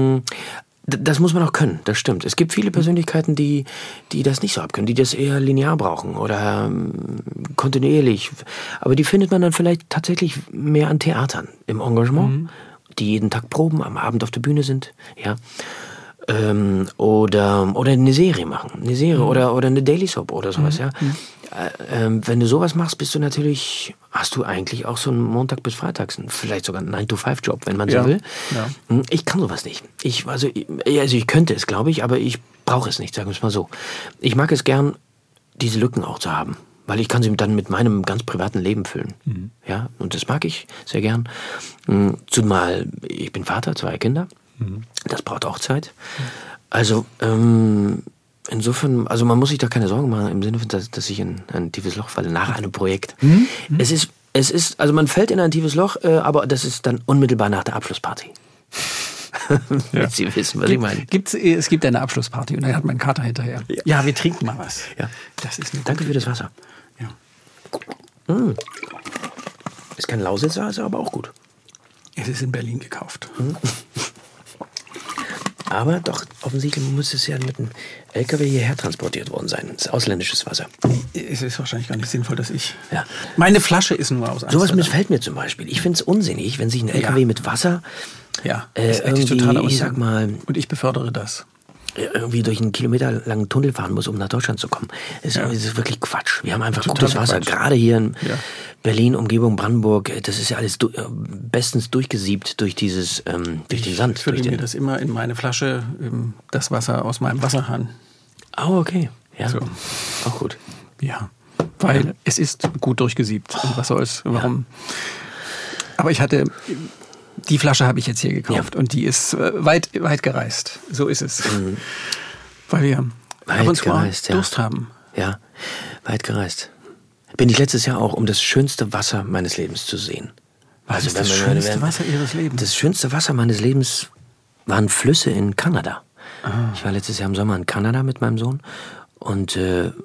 Speaker 4: das muss man auch können, das stimmt. Es gibt viele Persönlichkeiten, die das nicht so abkönnen, die das eher linear brauchen oder kontinuierlich. Aber die findet man dann vielleicht tatsächlich mehr an Theatern, im Engagement, die jeden Tag proben, am Abend auf der Bühne sind, ja. Oder eine Serie machen, oder eine Daily Soap oder sowas, ja. Wenn du sowas machst, hast du eigentlich auch so einen Montag bis Freitags, vielleicht sogar einen 9-to-5-Job, wenn man so will. Ja. Ich kann sowas nicht. Ich könnte es, glaube ich, aber ich brauche es nicht, sagen wir es mal so. Ich mag es gern, diese Lücken auch zu haben, weil ich kann sie dann mit meinem ganz privaten Leben füllen. Ja, und das mag ich sehr gern. Zumal ich bin Vater, 2 Kinder. Das braucht auch Zeit. Also insofern, also man muss sich da keine Sorgen machen im Sinne von, dass ich in ein tiefes Loch falle nach einem Projekt. Es ist, also man fällt in ein tiefes Loch, aber das ist dann unmittelbar nach der Abschlussparty. Ja. Sie wissen, was ich meine.
Speaker 3: Es gibt eine Abschlussparty und dann hat man einen Kater hinterher. Ja, wir trinken mal was.
Speaker 4: Ja. Danke für das Wasser.
Speaker 3: Ja.
Speaker 4: Ist kein Lausitzer, ist aber auch gut.
Speaker 3: Es ist in Berlin gekauft.
Speaker 4: Aber doch, offensichtlich muss es ja mit einem LKW hierher transportiert worden sein. Das ist ausländisches Wasser.
Speaker 3: Es ist wahrscheinlich gar nicht sinnvoll, dass ich... Ja. Meine Flasche ist nur aus Amsterdam.
Speaker 4: Sowas missfällt mir zum Beispiel. Ich finde es unsinnig, wenn sich ein LKW mit Wasser...
Speaker 3: Ja, das ist eigentlich totaler Unsinn.
Speaker 4: Ich sag mal...
Speaker 3: Und ich befördere das.
Speaker 4: irgendwie durch einen kilometerlangen Tunnel fahren muss, um nach Deutschland zu kommen. Das ist wirklich Quatsch. Wir haben einfach gutes Wasser. Gerade hier in Berlin, Umgebung, Brandenburg, das ist ja alles bestens durchgesiebt durch dieses, durch den Sand.
Speaker 3: Ich fülle mir das immer in meine Flasche, das Wasser aus meinem Wasserhahn.
Speaker 4: Oh, okay. Ja,
Speaker 3: so.
Speaker 4: Auch gut.
Speaker 3: Ja, weil es ist gut durchgesiebt. Und was soll's? Warum? Aber die Flasche habe ich jetzt hier gekauft und die ist weit gereist. So ist es. Weil wir ab und zu Durst haben.
Speaker 4: Ja, weit gereist. Bin ich letztes Jahr auch, um das schönste Wasser meines Lebens zu sehen.
Speaker 3: Was ist das schönste Wasser Ihres Lebens?
Speaker 4: Das schönste Wasser meines Lebens waren Flüsse in Kanada. Ich war letztes Jahr im Sommer in Kanada mit meinem Sohn und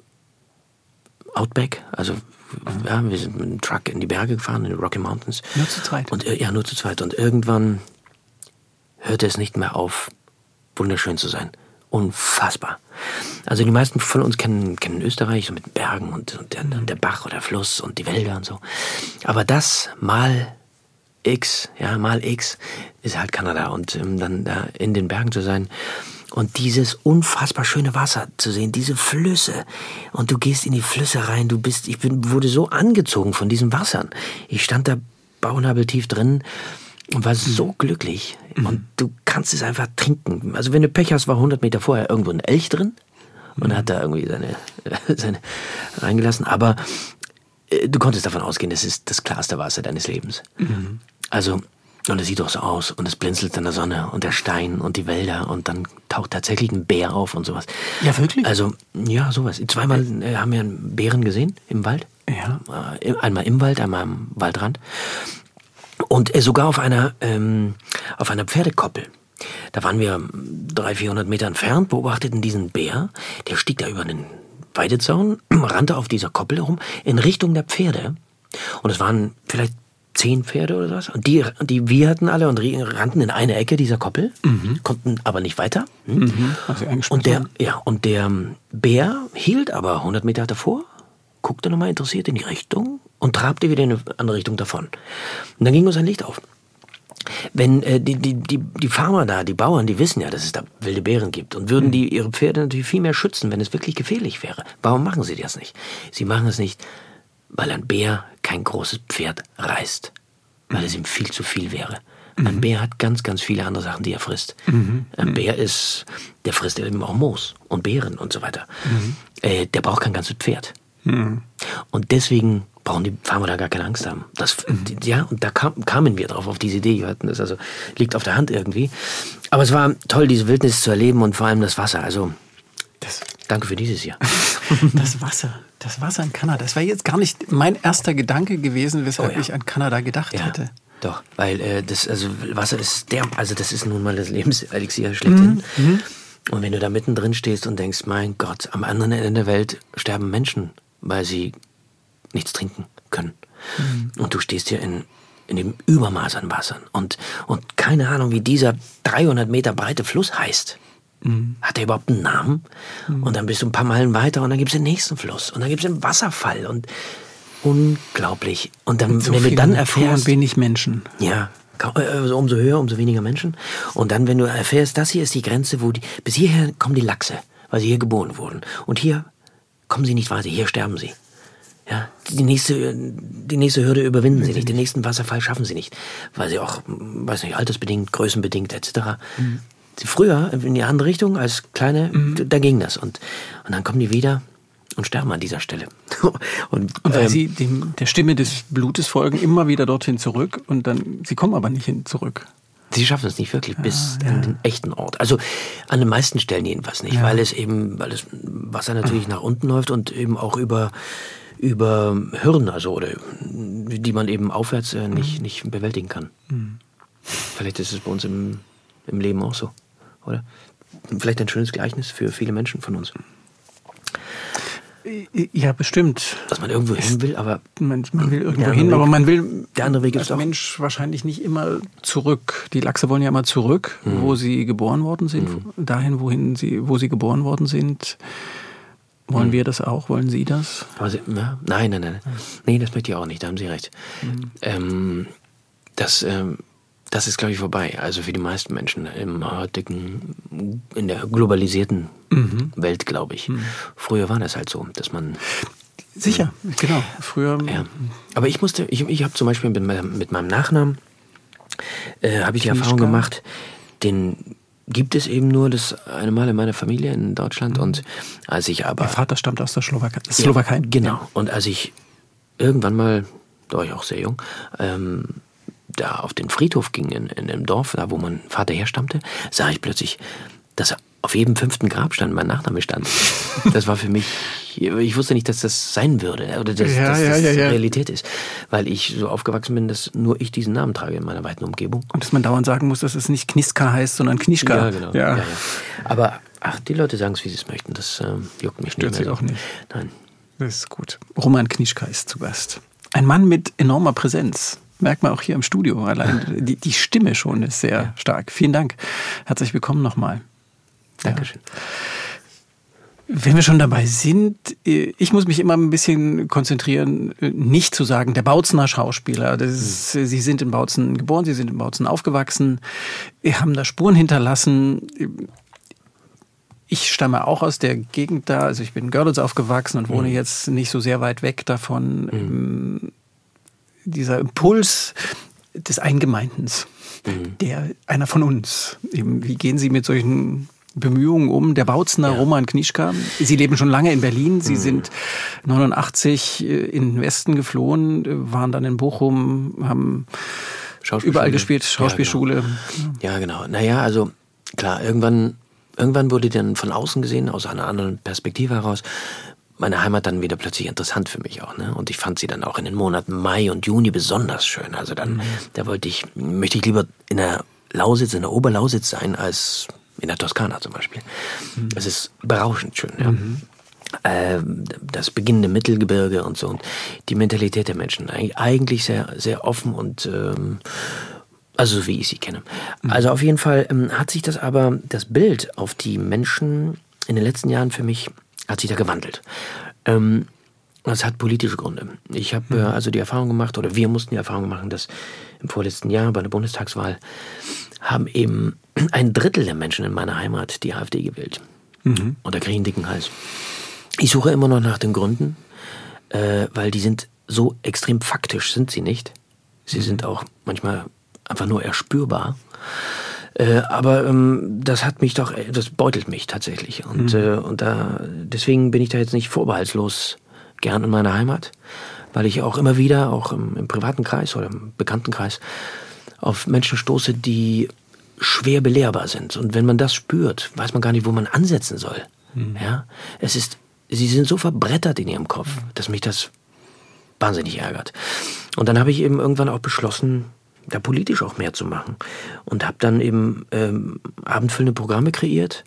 Speaker 4: Outback, also wir sind mit einem Truck in die Berge gefahren, in die Rocky Mountains.
Speaker 3: Nur zu zweit?
Speaker 4: Und, nur zu zweit. Und irgendwann hörte es nicht mehr auf, wunderschön zu sein. Unfassbar. Also die meisten von uns kennen Österreich so mit Bergen und der Bach oder Fluss und die Wälder und so. Aber das mal X ist halt Kanada. Und dann da in den Bergen zu sein und dieses unfassbar schöne Wasser zu sehen, diese Flüsse. Und du gehst in die Flüsse rein, wurde so angezogen von diesen Wassern. Ich stand da bauchnabeltief drin und war so glücklich. Und du kannst es einfach trinken. Also wenn du Pech hast, war 100 Meter vorher irgendwo ein Elch drin und hat da irgendwie seine reingelassen. Aber du konntest davon ausgehen, das ist das klarste Wasser deines Lebens. Also, und es sieht doch so aus und es blinzelt in der Sonne und der Stein und die Wälder und dann taucht tatsächlich ein Bär auf und sowas.
Speaker 3: Ja, wirklich?
Speaker 4: Also, ja, sowas. Zweimal haben wir einen Bären gesehen im Wald.
Speaker 3: Ja.
Speaker 4: Einmal im Wald, einmal am Waldrand. Und sogar auf einer Pferdekoppel. Da waren wir 300-400 Meter entfernt, beobachteten diesen Bär. Der stieg da über einen Weidezaun, rannte auf dieser Koppel rum in Richtung der Pferde. Und es waren vielleicht 10 Pferde oder sowas. Und die wieherten alle und rannten in eine Ecke dieser Koppel, konnten aber nicht weiter.
Speaker 3: Also
Speaker 4: und der Bär hielt aber 100 Meter davor, guckte nochmal interessiert in die Richtung und trabte wieder in eine andere Richtung davon. Und dann ging uns ein Licht auf. Wenn die Farmer da, die Bauern, die wissen ja, dass es da wilde Bären gibt und würden die ihre Pferde natürlich viel mehr schützen, wenn es wirklich gefährlich wäre. Warum machen sie das nicht? Sie machen es nicht, weil ein Bär kein großes Pferd reißt, weil es ihm viel zu viel wäre. Ein Bär hat ganz, ganz viele andere Sachen, die er frisst. Ein Bär der frisst eben auch Moos und Beeren und so weiter. Der braucht kein ganzes Pferd. Und deswegen brauchen die Farmer da gar keine Angst haben. Und da kamen wir drauf, auf diese Idee. Wir hatten das also, liegt auf der Hand irgendwie. Aber es war toll, diese Wildnis zu erleben und vor allem das Wasser. Also, danke für dieses Jahr.
Speaker 3: Das Wasser in Kanada, das war jetzt gar nicht mein erster Gedanke gewesen, weshalb ich an Kanada gedacht hätte.
Speaker 4: Doch, weil Wasser ist das ist nun mal das Lebenselixier schlechthin. Und wenn du da mittendrin stehst und denkst, mein Gott, am anderen Ende der Welt sterben Menschen, weil sie nichts trinken können. Und du stehst hier in dem Übermaß an Wassern und keine Ahnung, wie dieser 300 Meter breite Fluss heißt. Hat der überhaupt einen Namen? Und dann bist du ein paar Meilen weiter und dann gibt es den nächsten Fluss und dann gibt es einen Wasserfall und unglaublich. Und dann,
Speaker 3: so
Speaker 4: wenn du dann erfährst...
Speaker 3: und wenig Menschen.
Speaker 4: Ja, also umso höher, umso weniger Menschen. Und dann, wenn du erfährst, das hier ist die Grenze, bis hierher kommen die Lachse, weil sie hier geboren wurden. Und hier kommen sie nicht weiter, hier sterben sie. Ja, die nächste Hürde überwinden sie nicht, den nächsten Wasserfall schaffen sie nicht, weil sie auch, altersbedingt, größenbedingt etc. Früher in die andere Richtung als Kleine, da ging das. Und dann kommen die wieder und sterben an dieser Stelle.
Speaker 3: Und weil sie der Stimme des Blutes folgen, immer wieder dorthin zurück und sie kommen aber nicht zurück.
Speaker 4: Sie schaffen es nicht wirklich bis an den echten Ort. Also an den meisten Stellen jedenfalls nicht, weil das Wasser natürlich nach unten läuft und eben auch über Hürden, also oder die man eben aufwärts nicht bewältigen kann. Vielleicht ist es bei uns im Leben auch so, oder? Vielleicht ein schönes Gleichnis für viele Menschen von uns.
Speaker 3: Ja, bestimmt.
Speaker 4: Dass man irgendwo hin will, aber...
Speaker 3: Man will irgendwo hin, aber man will
Speaker 4: der andere Weg
Speaker 3: als Mensch wahrscheinlich nicht immer zurück. Die Lachse wollen ja immer zurück, wo sie geboren worden sind. Dahin, wo sie geboren worden sind. Wollen wir das auch? Wollen Sie das?
Speaker 4: Nein. Nee, das möchte ich auch nicht, da haben Sie recht. das ist, glaube ich, vorbei. Also für die meisten Menschen in der globalisierten Welt, glaube ich. Früher war das halt so, dass man...
Speaker 3: Sicher, genau. Früher...
Speaker 4: Ja. Aber ich habe zum Beispiel mit meinem Nachnamen, habe ich die Erfahrung gemacht, den gibt es eben nur das eine Mal in meiner Familie in Deutschland. Und als ich aber...
Speaker 3: Ihr Vater stammt aus der Slowakei.
Speaker 4: Ja, genau. Und als ich irgendwann mal, da war ich auch sehr jung, da auf den Friedhof ging in einem Dorf, da wo mein Vater herstammte, sah ich plötzlich, dass auf jedem 5. Grabstein mein Nachname stand. Das war für mich, ich wusste nicht, dass das sein würde oder dass das Realität ist, weil ich so aufgewachsen bin, dass nur ich diesen Namen trage in meiner weiten Umgebung.
Speaker 3: Und dass man dauernd sagen muss, dass es nicht Kniska heißt, sondern Knischka.
Speaker 4: Ja, genau. Ja. Aber die Leute sagen es, wie sie es möchten. Das juckt mich
Speaker 3: Stört
Speaker 4: nicht.
Speaker 3: Sie auch nicht.
Speaker 4: Nein.
Speaker 3: Das ist gut. Roman Knischka ist zu Gast. Ein Mann mit enormer Präsenz. Merkt man auch hier im Studio. Allein die Stimme schon ist sehr stark. Vielen Dank. Herzlich willkommen nochmal.
Speaker 4: Dankeschön.
Speaker 3: Wenn wir schon dabei sind, ich muss mich immer ein bisschen konzentrieren, nicht zu sagen, der Bautzener Schauspieler. Sie sind in Bautzen geboren, Sie sind in Bautzen aufgewachsen, haben da Spuren hinterlassen. Ich stamme auch aus der Gegend da, also ich bin in Görlitz aufgewachsen und wohne jetzt nicht so sehr weit weg davon. Dieser Impuls des Eingemeindens, einer von uns. Wie gehen Sie mit solchen Bemühungen um? Der Bautzener Roman Knischka. Sie leben schon lange in Berlin. Sie sind 89 in den Westen geflohen, waren dann in Bochum, haben überall gespielt, Schauspielschule.
Speaker 4: Ja, genau. Naja, also klar, irgendwann wurde dann von außen gesehen, aus einer anderen Perspektive heraus, meine Heimat dann wieder plötzlich interessant für mich auch, ne? Und ich fand sie dann auch in den Monaten Mai und Juni besonders schön. Also dann, möchte ich lieber in der Oberlausitz sein, als in der Toskana zum Beispiel. Es ist berauschend schön, ja. Das beginnende Mittelgebirge und so. Und die Mentalität der Menschen, eigentlich sehr, sehr offen und also so wie ich sie kenne. Also auf jeden Fall hat sich das Bild auf die Menschen in den letzten Jahren für mich hat sich da gewandelt. Das hat politische Gründe. Ich habe also die Erfahrung gemacht, oder wir mussten die Erfahrung machen, dass im vorletzten Jahr bei der Bundestagswahl haben eben 1/3 der Menschen in meiner Heimat die AfD gewählt. Und da kriege ich einen dicken Hals. Ich suche immer noch nach den Gründen, weil die sind so extrem faktisch, sind sie nicht. Sie sind auch manchmal einfach nur erspürbar. Aber das beutelt mich tatsächlich. Und deswegen bin ich da jetzt nicht vorbehaltslos gern in meiner Heimat, weil ich auch immer wieder, auch im privaten Kreis oder im Bekanntenkreis, auf Menschen stoße, die schwer belehrbar sind. Und wenn man das spürt, weiß man gar nicht, wo man ansetzen soll. Ja? Sie sind so verbrettert in ihrem Kopf, dass mich das wahnsinnig ärgert. Und dann habe ich eben irgendwann auch beschlossen, da politisch auch mehr zu machen. Und habe dann eben abendfüllende Programme kreiert,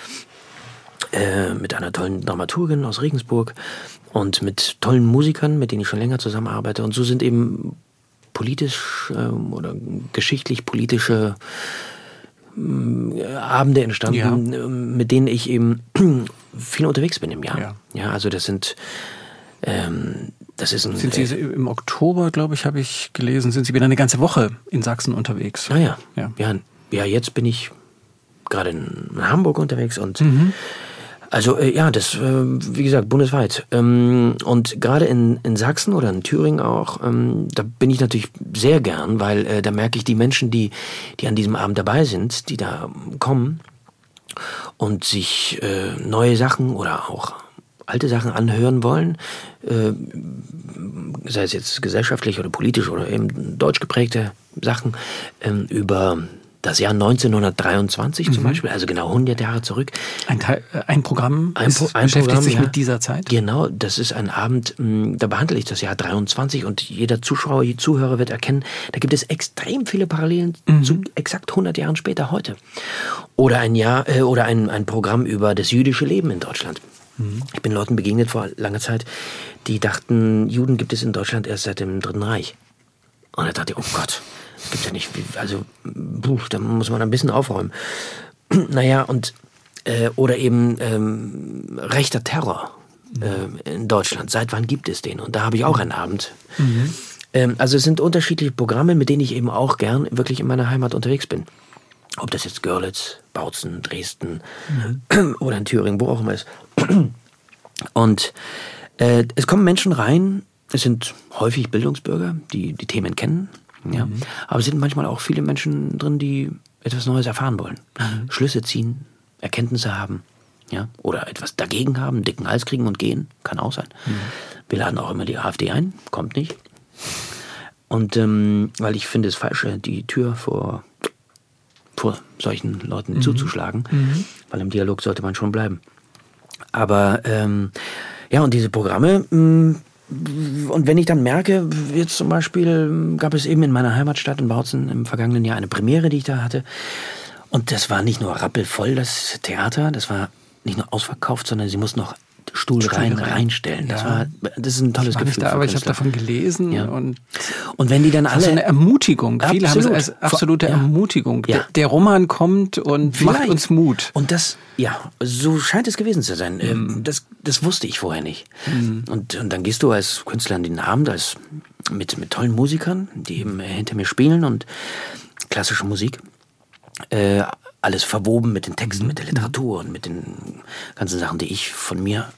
Speaker 4: mit einer tollen Dramaturgin aus Regensburg und mit tollen Musikern, mit denen ich schon länger zusammenarbeite. Und so sind eben politisch oder geschichtlich-politische Abende entstanden, mit denen ich eben viel unterwegs bin im Jahr. Ja, also das sind... Sind Sie
Speaker 3: im Oktober, glaube ich, habe ich gelesen, sind Sie wieder eine ganze Woche in Sachsen unterwegs?
Speaker 4: Ja, jetzt bin ich gerade in Hamburg unterwegs und also das, wie gesagt, bundesweit. Und gerade in Sachsen oder in Thüringen auch, da bin ich natürlich sehr gern, weil da merke ich die Menschen, die an diesem Abend dabei sind, die da kommen und sich neue Sachen oder auch alte Sachen anhören wollen, sei es jetzt gesellschaftlich oder politisch oder eben deutsch geprägte Sachen, über das Jahr 1923 zum Beispiel, also genau 100 Jahre zurück.
Speaker 3: Ein Programm beschäftigt sich mit dieser Zeit?
Speaker 4: Genau, das ist ein Abend, da behandle ich das Jahr 23 und jeder Zuschauer, jeder Zuhörer wird erkennen, da gibt es extrem viele Parallelen zu exakt 100 Jahren später heute. Oder ein Programm über das jüdische Leben in Deutschland. Ich bin Leuten begegnet vor langer Zeit, die dachten, Juden gibt es in Deutschland erst seit dem Dritten Reich. Und da dachte ich, oh Gott, das gibt's ja nicht. Also, da muss man ein bisschen aufräumen. Naja, und oder eben rechter Terror in Deutschland. Seit wann gibt es den? Und da habe ich auch einen Abend, Also es sind unterschiedliche Programme, mit denen ich eben auch gern wirklich in meiner Heimat unterwegs bin. Ob das jetzt Görlitz, Bautzen, Dresden oder in Thüringen, wo auch immer ist. Und es kommen Menschen rein, es sind häufig Bildungsbürger, die Themen kennen. Ja. Aber es sind manchmal auch viele Menschen drin, die etwas Neues erfahren wollen. Schlüsse ziehen, Erkenntnisse haben. Ja, oder etwas dagegen haben, einen dicken Hals kriegen und gehen, kann auch sein. Wir laden auch immer die AfD ein, kommt nicht. Und weil ich finde es falsch, die Tür vor solchen Leuten zuzuschlagen, weil im Dialog sollte man schon bleiben. Aber und diese Programme, und wenn ich dann merke, jetzt zum Beispiel gab es eben in meiner Heimatstadt in Bautzen im vergangenen Jahr eine Premiere, die ich da hatte. Und das war nicht nur rappelvoll, das Theater, das war nicht nur ausverkauft, sondern sie mussten noch Stuhl reinstellen.
Speaker 3: Ja.
Speaker 4: Das ist ein tolles Gefühl.
Speaker 3: Aber ich habe davon gelesen.
Speaker 4: Ja. Und wenn die dann alle...
Speaker 3: So eine Ermutigung. Viele haben es als absolute Ermutigung.
Speaker 4: Ja.
Speaker 3: Der Roman kommt und macht uns Mut.
Speaker 4: Und das, so scheint es gewesen zu sein. Das wusste ich vorher nicht. Und dann gehst du als Künstler an den Abend mit tollen Musikern, die eben hinter mir spielen und klassische Musik. Alles verwoben mit den Texten, mit der Literatur und mit den ganzen Sachen, die ich von mir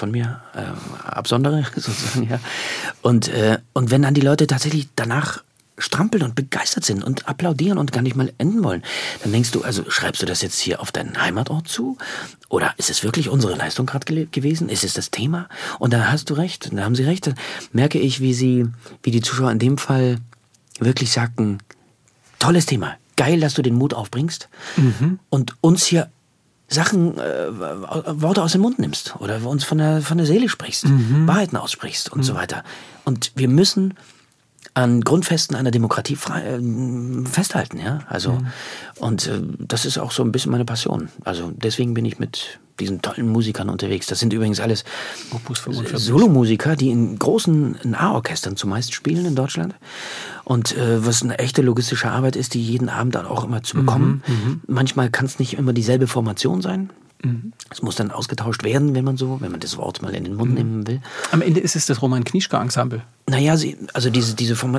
Speaker 4: absondere, sozusagen, ja. Und wenn dann die Leute tatsächlich danach strampeln und begeistert sind und applaudieren und gar nicht mal enden wollen, dann denkst du, also schreibst du das jetzt hier auf deinen Heimatort zu? Oder ist es wirklich unsere Leistung gerade gewesen? Ist es das Thema? Und da hast du recht, da haben sie recht. Dann merke ich, wie die Zuschauer in dem Fall wirklich sagten, tolles Thema. Geil, dass du den Mut aufbringst und uns hier Sachen, Worte aus dem Mund nimmst oder uns von der Seele sprichst, Wahrheiten aussprichst und so weiter. Und wir müssen an Grundfesten einer Demokratie festhalten, ja. Also und das ist auch so ein bisschen meine Passion. Also deswegen bin ich mit diesen tollen Musikern unterwegs. Das sind übrigens alles Solomusiker, die in großen A-Orchestern zumeist spielen in Deutschland. Und was eine echte logistische Arbeit ist, die jeden Abend dann auch immer zu bekommen. Manchmal kann es nicht immer dieselbe Formation sein. Es muss dann ausgetauscht werden, wenn man das Wort mal in den Mund nehmen will.
Speaker 3: Am Ende ist es das Roman Knieschka Ensemble.
Speaker 4: Naja, also diese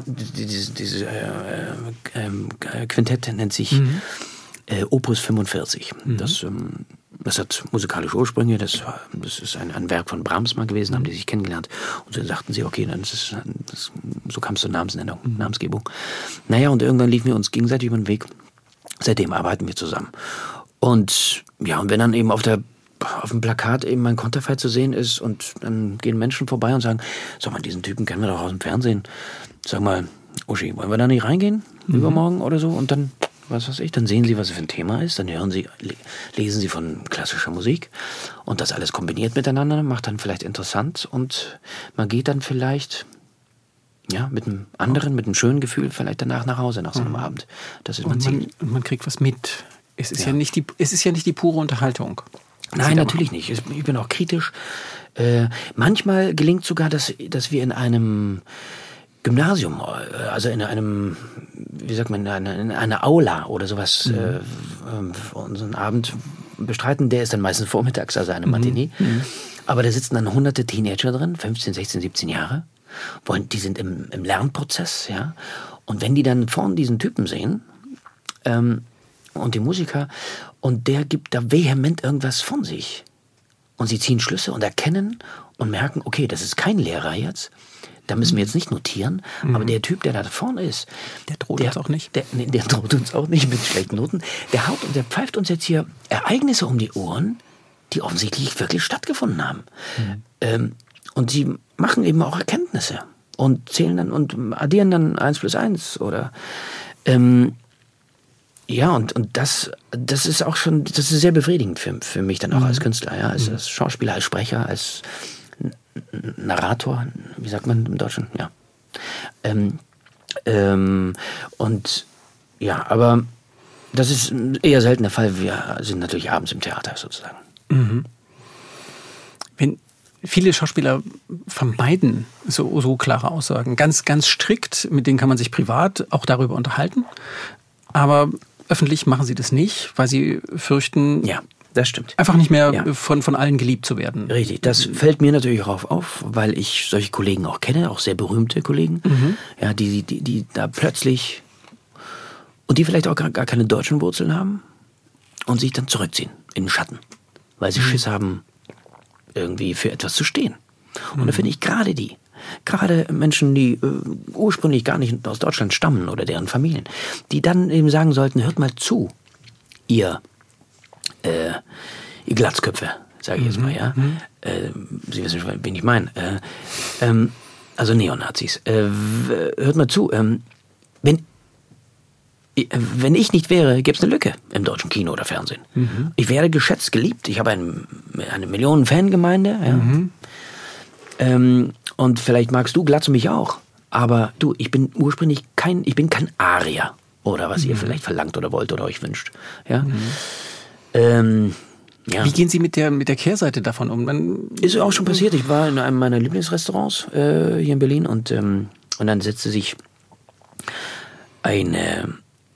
Speaker 4: Quintett nennt sich Opus 45. Das hat musikalische Ursprünge, das ist ein Werk von Brahms mal gewesen, haben die sich kennengelernt. Und dann sagten sie, okay, so kam es zur Namensgebung. Naja, und irgendwann liefen wir uns gegenseitig über den Weg. Seitdem arbeiten wir zusammen. Und und wenn dann eben auf dem Plakat eben mein Konterfei zu sehen ist und dann gehen Menschen vorbei und sagen, sag mal, diesen Typen kennen wir doch aus dem Fernsehen. Sag mal, Uschi, wollen wir da nicht reingehen? Übermorgen oder so? Und dann, was weiß ich, dann sehen sie, was es für ein Thema ist, dann lesen sie von klassischer Musik und das alles kombiniert miteinander, macht dann vielleicht interessant und man geht dann vielleicht mit einem mit einem schönen Gefühl vielleicht danach nach Hause nach so einem Abend. Das ist mein Ziel.
Speaker 3: Und man kriegt was mit. Es ist ja nicht die pure Unterhaltung.
Speaker 4: Nein, natürlich nicht. Ich bin auch kritisch. Manchmal gelingt sogar, dass wir in einem Gymnasium, also in einem, wie sagt man, in einer Aula oder sowas unseren Abend bestreiten. Der ist dann meistens vormittags, also eine Matinee. Aber da sitzen dann hunderte Teenager drin, 15, 16, 17 Jahre. Die sind im Lernprozess, ja. Und wenn die dann vorne diesen Typen sehen, und die Musiker, und der gibt da vehement irgendwas von sich. Und sie ziehen Schlüsse und erkennen und merken, okay, das ist kein Lehrer jetzt, da müssen wir jetzt nicht notieren, aber der Typ, der da vorne ist,
Speaker 3: der droht uns auch nicht.
Speaker 4: Der droht uns auch nicht mit schlechten Noten. Der haut und der pfeift uns jetzt hier Ereignisse um die Ohren, die offensichtlich wirklich stattgefunden haben. Und sie machen eben auch Erkenntnisse und zählen dann und addieren dann 1 plus 1 oder und das ist auch schon, das ist sehr befriedigend für mich dann auch als Künstler, ja, als Schauspieler, als Sprecher, als Narrator, wie sagt man im Deutschen, ja. Aber das ist eher selten der Fall. Wir sind natürlich abends im Theater sozusagen.
Speaker 3: Viele Schauspieler vermeiden so klare Aussagen. Ganz, ganz strikt, mit denen kann man sich privat auch darüber unterhalten. Aber öffentlich machen sie das nicht, weil sie fürchten,
Speaker 4: Das stimmt.
Speaker 3: Einfach nicht mehr von allen geliebt zu werden.
Speaker 4: Richtig, das fällt mir natürlich auch auf, weil ich solche Kollegen auch kenne, auch sehr berühmte Kollegen, ja, die da plötzlich und die vielleicht auch gar keine deutschen Wurzeln haben und sich dann zurückziehen in den Schatten, weil sie Schiss haben, irgendwie für etwas zu stehen. Und da finde ich gerade Menschen, die ursprünglich gar nicht aus Deutschland stammen oder deren Familien, die dann eben sagen sollten, hört mal zu, ihr Glatzköpfe, sage ich jetzt mal, ja. Sie wissen schon, wen ich meine. Also Neonazis. Hört mal zu, wenn ich nicht wäre, gäbe es eine Lücke im deutschen Kino oder Fernsehen. Ich werde geschätzt, geliebt. Ich habe eine Millionen-Fangemeinde. Ja. Und vielleicht magst du Glatze mich auch. Aber du, ich bin ursprünglich kein Arier. Oder was ihr vielleicht verlangt oder wollt oder euch wünscht. Ja. Ja.
Speaker 3: Wie gehen Sie mit der Kehrseite davon um?
Speaker 4: Ist auch schon passiert. Ich war in einem meiner Lieblingsrestaurants hier in Berlin und dann setzte sich eine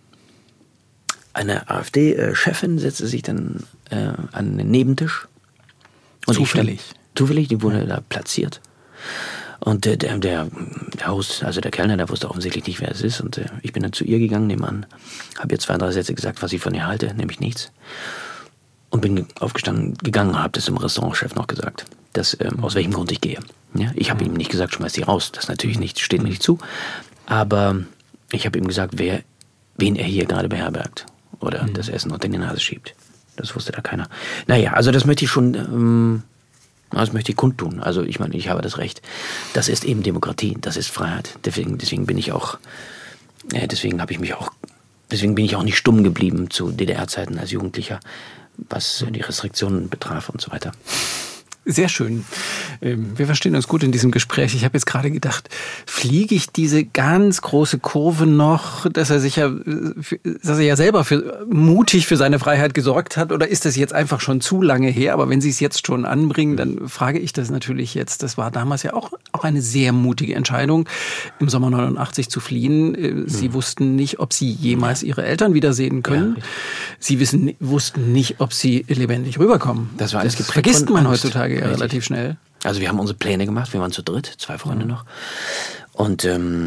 Speaker 4: AfD-Chefin setzte sich dann an den Nebentisch. Und zufällig, die wurde da platziert. Und der Host, also der Kellner, der wusste offensichtlich nicht, wer es ist. Und ich bin dann zu ihr gegangen, nebenan, habe ihr 2, 3 Sätze gesagt, was ich von ihr halte, nämlich nichts. Und bin aufgestanden, gegangen, habe das dem Restaurantchef noch gesagt, dass, aus welchem Grund ich gehe. Ja, ich habe ihm nicht gesagt, schmeiß sie raus. Das natürlich nicht, steht mir nicht zu. Aber ich habe ihm gesagt, wen er hier gerade beherbergt oder das Essen unter die Nase schiebt. Das wusste da keiner. Naja, also das möchte ich schon, das möchte ich kundtun. Also ich meine, ich habe das Recht. Das ist eben Demokratie, das ist Freiheit. Deswegen bin ich auch, deswegen bin ich auch nicht stumm geblieben zu DDR-Zeiten als Jugendlicher, was die Restriktionen betraf und so weiter.
Speaker 3: Sehr schön. Wir verstehen uns gut in diesem Gespräch. Ich habe jetzt gerade gedacht, fliege ich diese ganz große Kurve noch, dass er ja selber mutig für seine Freiheit gesorgt hat, oder ist das jetzt einfach schon zu lange her? Aber wenn Sie es jetzt schon anbringen, dann frage ich das natürlich jetzt. Das war damals ja auch eine sehr mutige Entscheidung, im Sommer 89 zu fliehen. Sie wussten nicht, ob Sie jemals Ihre Eltern wiedersehen können. Ja. Sie wussten nicht, ob Sie lebendig rüberkommen.
Speaker 4: Das war alles geprägt.
Speaker 3: Vergisst man heutzutage ja relativ schnell.
Speaker 4: Also wir haben unsere Pläne gemacht, wir waren zu dritt, 2 Freunde noch. Und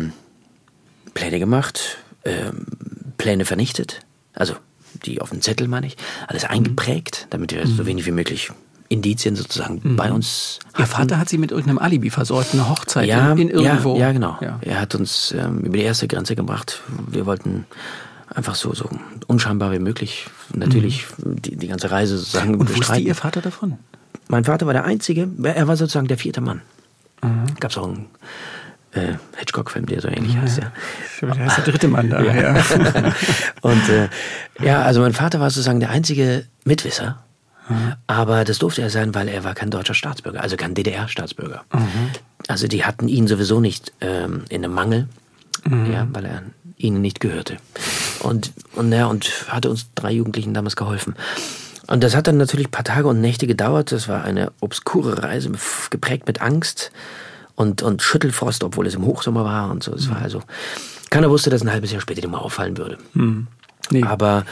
Speaker 4: Pläne gemacht, Pläne vernichtet, also die auf den Zettel meine ich, alles eingeprägt, damit wir so wenig wie möglich Indizien sozusagen bei uns hatten.
Speaker 3: Ihr Vater hat Sie mit irgendeinem Alibi versorgt, eine Hochzeit in irgendwo.
Speaker 4: Ja, genau. Ja. Er hat uns über die erste Grenze gebracht. Wir wollten einfach so unscheinbar wie möglich natürlich die ganze Reise sozusagen bestreiten.
Speaker 3: Und wusste Ihr Vater davon?
Speaker 4: Mein Vater war der Einzige, er war sozusagen der 4. Mann. Gab es auch einen Hitchcock-Film, der so ähnlich heißt. Ja.
Speaker 3: Der ist der 3. Mann da.
Speaker 4: Ja. Und also mein Vater war sozusagen der einzige Mitwisser. Aber das durfte er sein, weil er war kein deutscher Staatsbürger, also kein DDR-Staatsbürger. Also die hatten ihn sowieso nicht in einem Mangel, weil er ihnen nicht gehörte. Und hatte uns 3 Jugendlichen damals geholfen. Und das hat dann natürlich ein paar Tage und Nächte gedauert. Das war eine obskure Reise, geprägt mit Angst und Schüttelfrost, obwohl es im Hochsommer war und so. Es war also, keiner wusste, dass ein halbes Jahr später die mal auffallen würde. Nee. Aber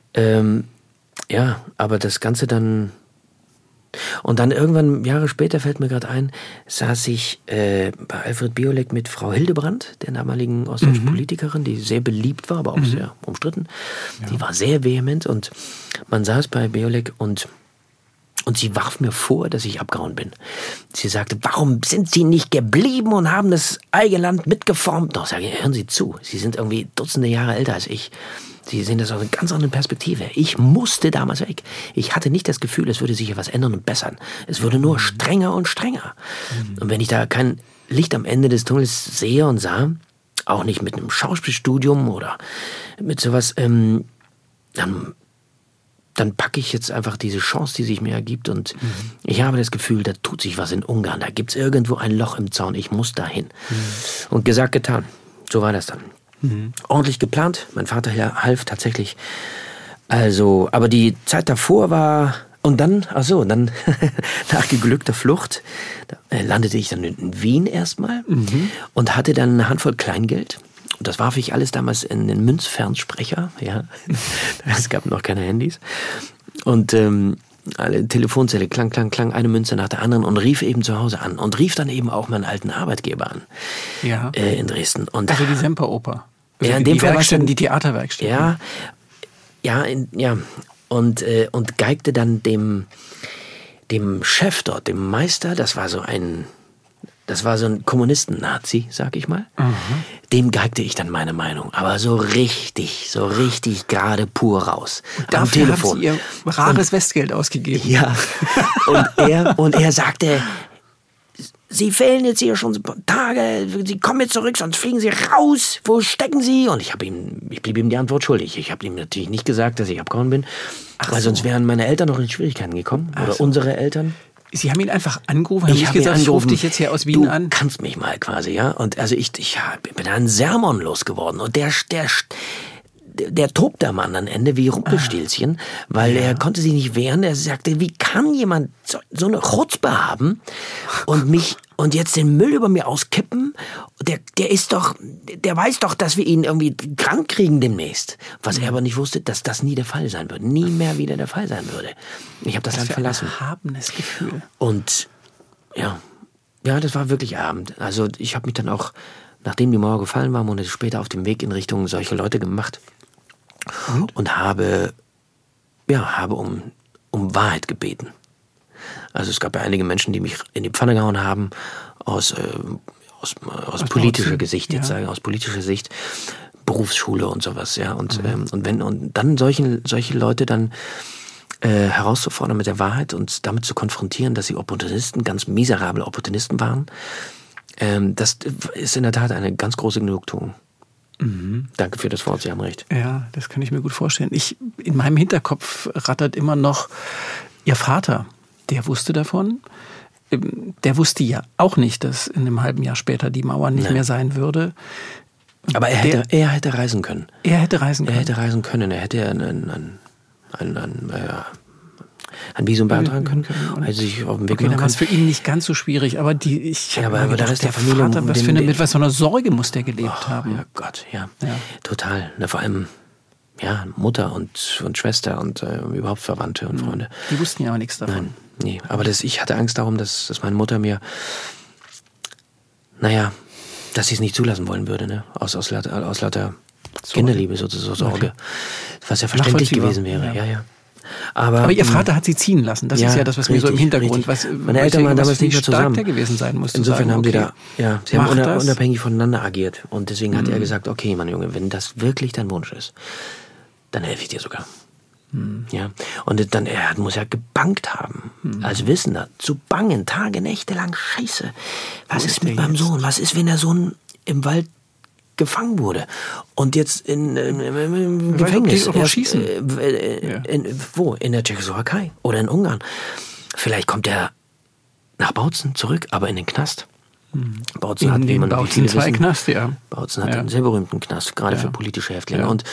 Speaker 4: aber das Ganze dann. Und dann irgendwann, Jahre später, fällt mir gerade ein, saß ich bei Alfred Biolek mit Frau Hildebrandt, der damaligen ostdeutschen Politikerin, die sehr beliebt war, aber auch sehr umstritten. Ja. Die war sehr vehement und man saß bei Biolek und sie warf mir vor, dass ich abgehauen bin. Sie sagte, warum sind Sie nicht geblieben und haben das eigene Land mitgeformt? Doch, sage ich, hören Sie zu, Sie sind irgendwie Dutzende Jahre älter als ich. Sie sehen das aus einer ganz anderen Perspektive. Ich musste damals weg. Ich hatte nicht das Gefühl, es würde sich hier was ändern und bessern. Es würde nur strenger und strenger. Und wenn ich da kein Licht am Ende des Tunnels sehe und sah, auch nicht mit einem Schauspielstudium oder mit sowas, dann packe ich jetzt einfach diese Chance, die sich mir ergibt. Und ich habe das Gefühl, da tut sich was in Ungarn. Da gibt es irgendwo ein Loch im Zaun. Ich muss dahin. Und gesagt, getan. So war das dann. Ordentlich geplant. Mein Vater half tatsächlich. Also, aber die Zeit davor war. Und dann, nach geglückter Flucht, landete ich dann in Wien erstmal und hatte dann eine Handvoll Kleingeld. Und das warf ich alles damals in den Münzfernsprecher. Ja. Es gab noch keine Handys. Und alle Telefonzelle, klang, eine Münze nach der anderen und rief eben zu Hause an und rief dann eben auch meinen alten Arbeitgeber an in Dresden. Und
Speaker 3: also die Semperoper.
Speaker 4: Ja, in dem Fall war es
Speaker 3: die Theaterwerkstätten.
Speaker 4: Und geigte dann dem Chef dort, dem Meister, das war so ein Kommunisten-Nazi, sag ich mal. Mhm. Dem geigte ich dann meine Meinung, aber so richtig gerade pur raus.
Speaker 3: Und am Telefon. Haben Sie Ihr rares Westgeld ausgegeben.
Speaker 4: Ja. Und er sagte, Sie fehlen jetzt hier schon ein paar Tage, Sie kommen jetzt zurück, sonst fliegen Sie raus. Wo stecken Sie? Und ich blieb ihm die Antwort schuldig. Ich habe ihm natürlich nicht gesagt, dass ich abgehauen bin, weil sonst wären meine Eltern noch in Schwierigkeiten gekommen oder unsere Eltern.
Speaker 3: Sie haben ihn einfach angerufen, haben nicht gesagt, ich rufe dich jetzt hier aus Wien an?
Speaker 4: Du kannst mich mal quasi, ja. Und also ich bin da ein Sermon losgeworden. Und der tobt am anderen Ende wie Rumpelstilzchen, weil er konnte sich nicht wehren. Er sagte, wie kann jemand so eine Chutzpe haben und jetzt den Müll über mir auskippen? Der weiß doch, dass wir ihn irgendwie krank kriegen demnächst. Was er aber nicht wusste, dass das nie der Fall sein würde. Nie mehr wieder der Fall sein würde. Ich habe das dann verlassen.
Speaker 3: Ein erhabenes Gefühl.
Speaker 4: Und ja, das war wirklich Abend. Also ich habe mich dann auch, nachdem die Mauer gefallen war, Monate später auf dem Weg in Richtung solche Leute gemacht. Und habe um Wahrheit gebeten. Also es gab ja einige Menschen, die mich in die Pfanne gehauen haben, aus politischer Sicht, aus politischer Sicht, Berufsschule und sowas, ja. Und dann solche Leute dann herauszufordern mit der Wahrheit und damit zu konfrontieren, dass sie Opportunisten, ganz miserable Opportunisten waren, das ist in der Tat eine ganz große Genugtuung. Mhm. Danke für das Wort, Sie haben recht.
Speaker 3: Ja, das kann ich mir gut vorstellen. In meinem Hinterkopf rattert immer noch Ihr Vater, der wusste davon. Der wusste ja auch nicht, dass in einem halben Jahr später die Mauer nicht mehr sein würde.
Speaker 4: Aber er hätte reisen können.
Speaker 3: Er hätte reisen können.
Speaker 4: Er hätte ein Visum beantragen können. Hätte sich auf den Weg machen können.
Speaker 3: Dann war es für ihn nicht ganz so schwierig. Aber
Speaker 4: aber der Rest der Familie...
Speaker 3: Vater, mit was für einer Sorge muss der gelebt haben.
Speaker 4: Ja Gott, ja. Total. Vor allem Mutter und Schwester und überhaupt Verwandte und Freunde.
Speaker 3: Die wussten ja aber nichts davon.
Speaker 4: Nein, nee. Aber ich hatte Angst darum, dass meine Mutter mir... dass sie es nicht zulassen wollen würde, ne? Aus lauter Kinderliebe, sozusagen Sorge. Was ja verständlich gewesen wäre, ja. Aber
Speaker 3: Ihr Vater hat sie ziehen lassen. Das ist ja das, was mir so im Hintergrund...
Speaker 4: Meine Eltern waren damals nicht mehr zusammen.
Speaker 3: Der gewesen sein muss.
Speaker 4: Insofern haben sie sie haben unabhängig voneinander agiert. Und deswegen hat er gesagt, okay, mein Junge, wenn das wirklich dein Wunsch ist, dann helfe ich dir sogar. Ja. Und dann, er muss ja gebangt haben, als Wissender, zu bangen, Tage, Nächte lang, Scheiße. Was ist mit meinem Sohn? Was ist, wenn der Sohn im Wald gefangen wurde und jetzt im Gefängnis
Speaker 3: schießen.
Speaker 4: Wo? In der Tschechoslowakei oder in Ungarn. Vielleicht kommt er nach Bautzen zurück, aber in den Knast. Bautzen hat, wie viele wissen,
Speaker 3: Knast, ja.
Speaker 4: Bautzen hat einen sehr berühmten Knast, gerade für politische Häftlinge. Ja. Und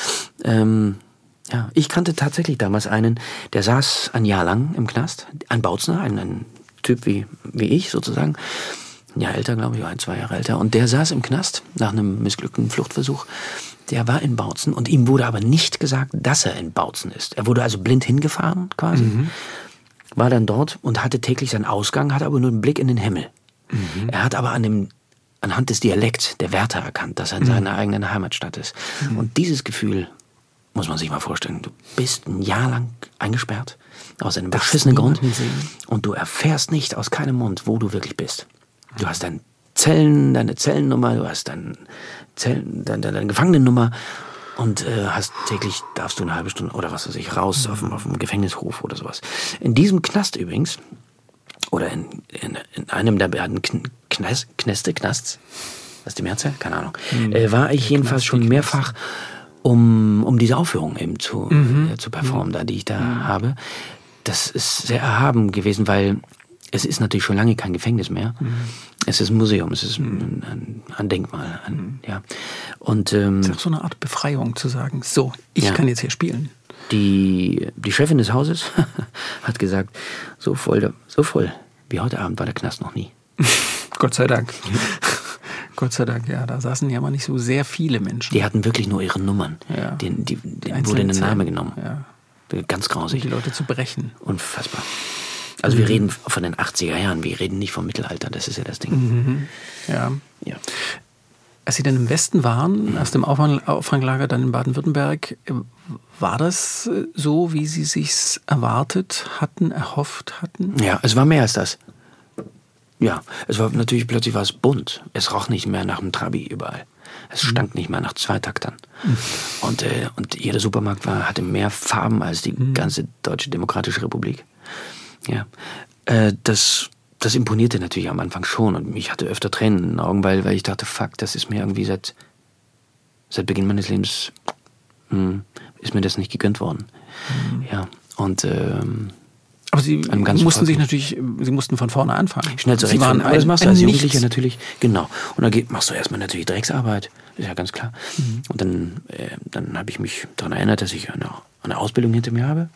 Speaker 4: ich kannte tatsächlich damals einen, der saß ein Jahr lang im Knast, ein Bautzener, ein Typ wie ich sozusagen. Ein Jahr älter, glaube ich, 2 Jahre älter. Und der saß im Knast nach einem missglückten Fluchtversuch. Der war in Bautzen und ihm wurde aber nicht gesagt, dass er in Bautzen ist. Er wurde also blind hingefahren quasi, war dann dort und hatte täglich seinen Ausgang, hatte aber nur einen Blick in den Himmel. Er hat aber anhand des Dialekts der Wärter erkannt, dass er in seiner eigenen Heimatstadt ist. Und dieses Gefühl muss man sich mal vorstellen. Du bist ein Jahr lang eingesperrt, aus einem beschissenen Grund, und du erfährst nicht aus keinem Mund, wo du wirklich bist. Du hast deine Zellennummer, du hast deine Gefangenennummer und täglich darfst du eine halbe Stunde oder was weiß ich raus auf dem Gefängnishof oder sowas. In diesem Knast übrigens, oder in einem der beiden Knasts, was ist die Mehrzahl? Keine Ahnung, war ich jedenfalls schon mehrfach, um diese Aufführung eben zu performen, die ich da habe. Das ist sehr erhaben gewesen, weil es ist natürlich schon lange kein Gefängnis mehr. Es ist ein Museum, es ist ein Denkmal. Und, es ist
Speaker 3: auch so eine Art Befreiung zu sagen, so, ich kann jetzt hier spielen.
Speaker 4: Die Chefin des Hauses hat gesagt, so voll wie heute Abend war der Knast noch nie.
Speaker 3: Gott sei Dank. Gott sei Dank, ja. Da saßen ja mal nicht so sehr viele Menschen.
Speaker 4: Die hatten wirklich nur ihre Nummern. Ja. Die wurde ein Name genommen.
Speaker 3: Ja.
Speaker 4: Ganz grausig.
Speaker 3: Die Leute zu brechen.
Speaker 4: Unfassbar. Also wir reden von den 80er Jahren, wir reden nicht vom Mittelalter, das ist ja das Ding.
Speaker 3: Mhm. Ja. Als Sie dann im Westen waren, aus dem Auffanglager dann in Baden-Württemberg, war das so, wie Sie sich's erwartet hatten, erhofft hatten?
Speaker 4: Ja, es war mehr als das. Ja, es war natürlich, plötzlich war es bunt. Es roch nicht mehr nach einem Trabi überall. Es stank nicht mehr nach Zweitaktern. Und jeder Supermarkt hatte mehr Farben als die ganze Deutsche Demokratische Republik. Ja, das imponierte natürlich am Anfang schon und ich hatte öfter Tränen in den Augen, weil ich dachte, fuck, das ist mir irgendwie seit Beginn meines Lebens ist mir das nicht gegönnt worden. Ja, und
Speaker 3: aber Sie mussten von vorne anfangen.
Speaker 4: Schnell zurechtfinden. Aber das machst du als Jugendlicher natürlich, genau. Und dann machst du erstmal natürlich Drecksarbeit, ist ja ganz klar. Und dann habe ich mich daran erinnert, dass ich eine Ausbildung hinter mir habe.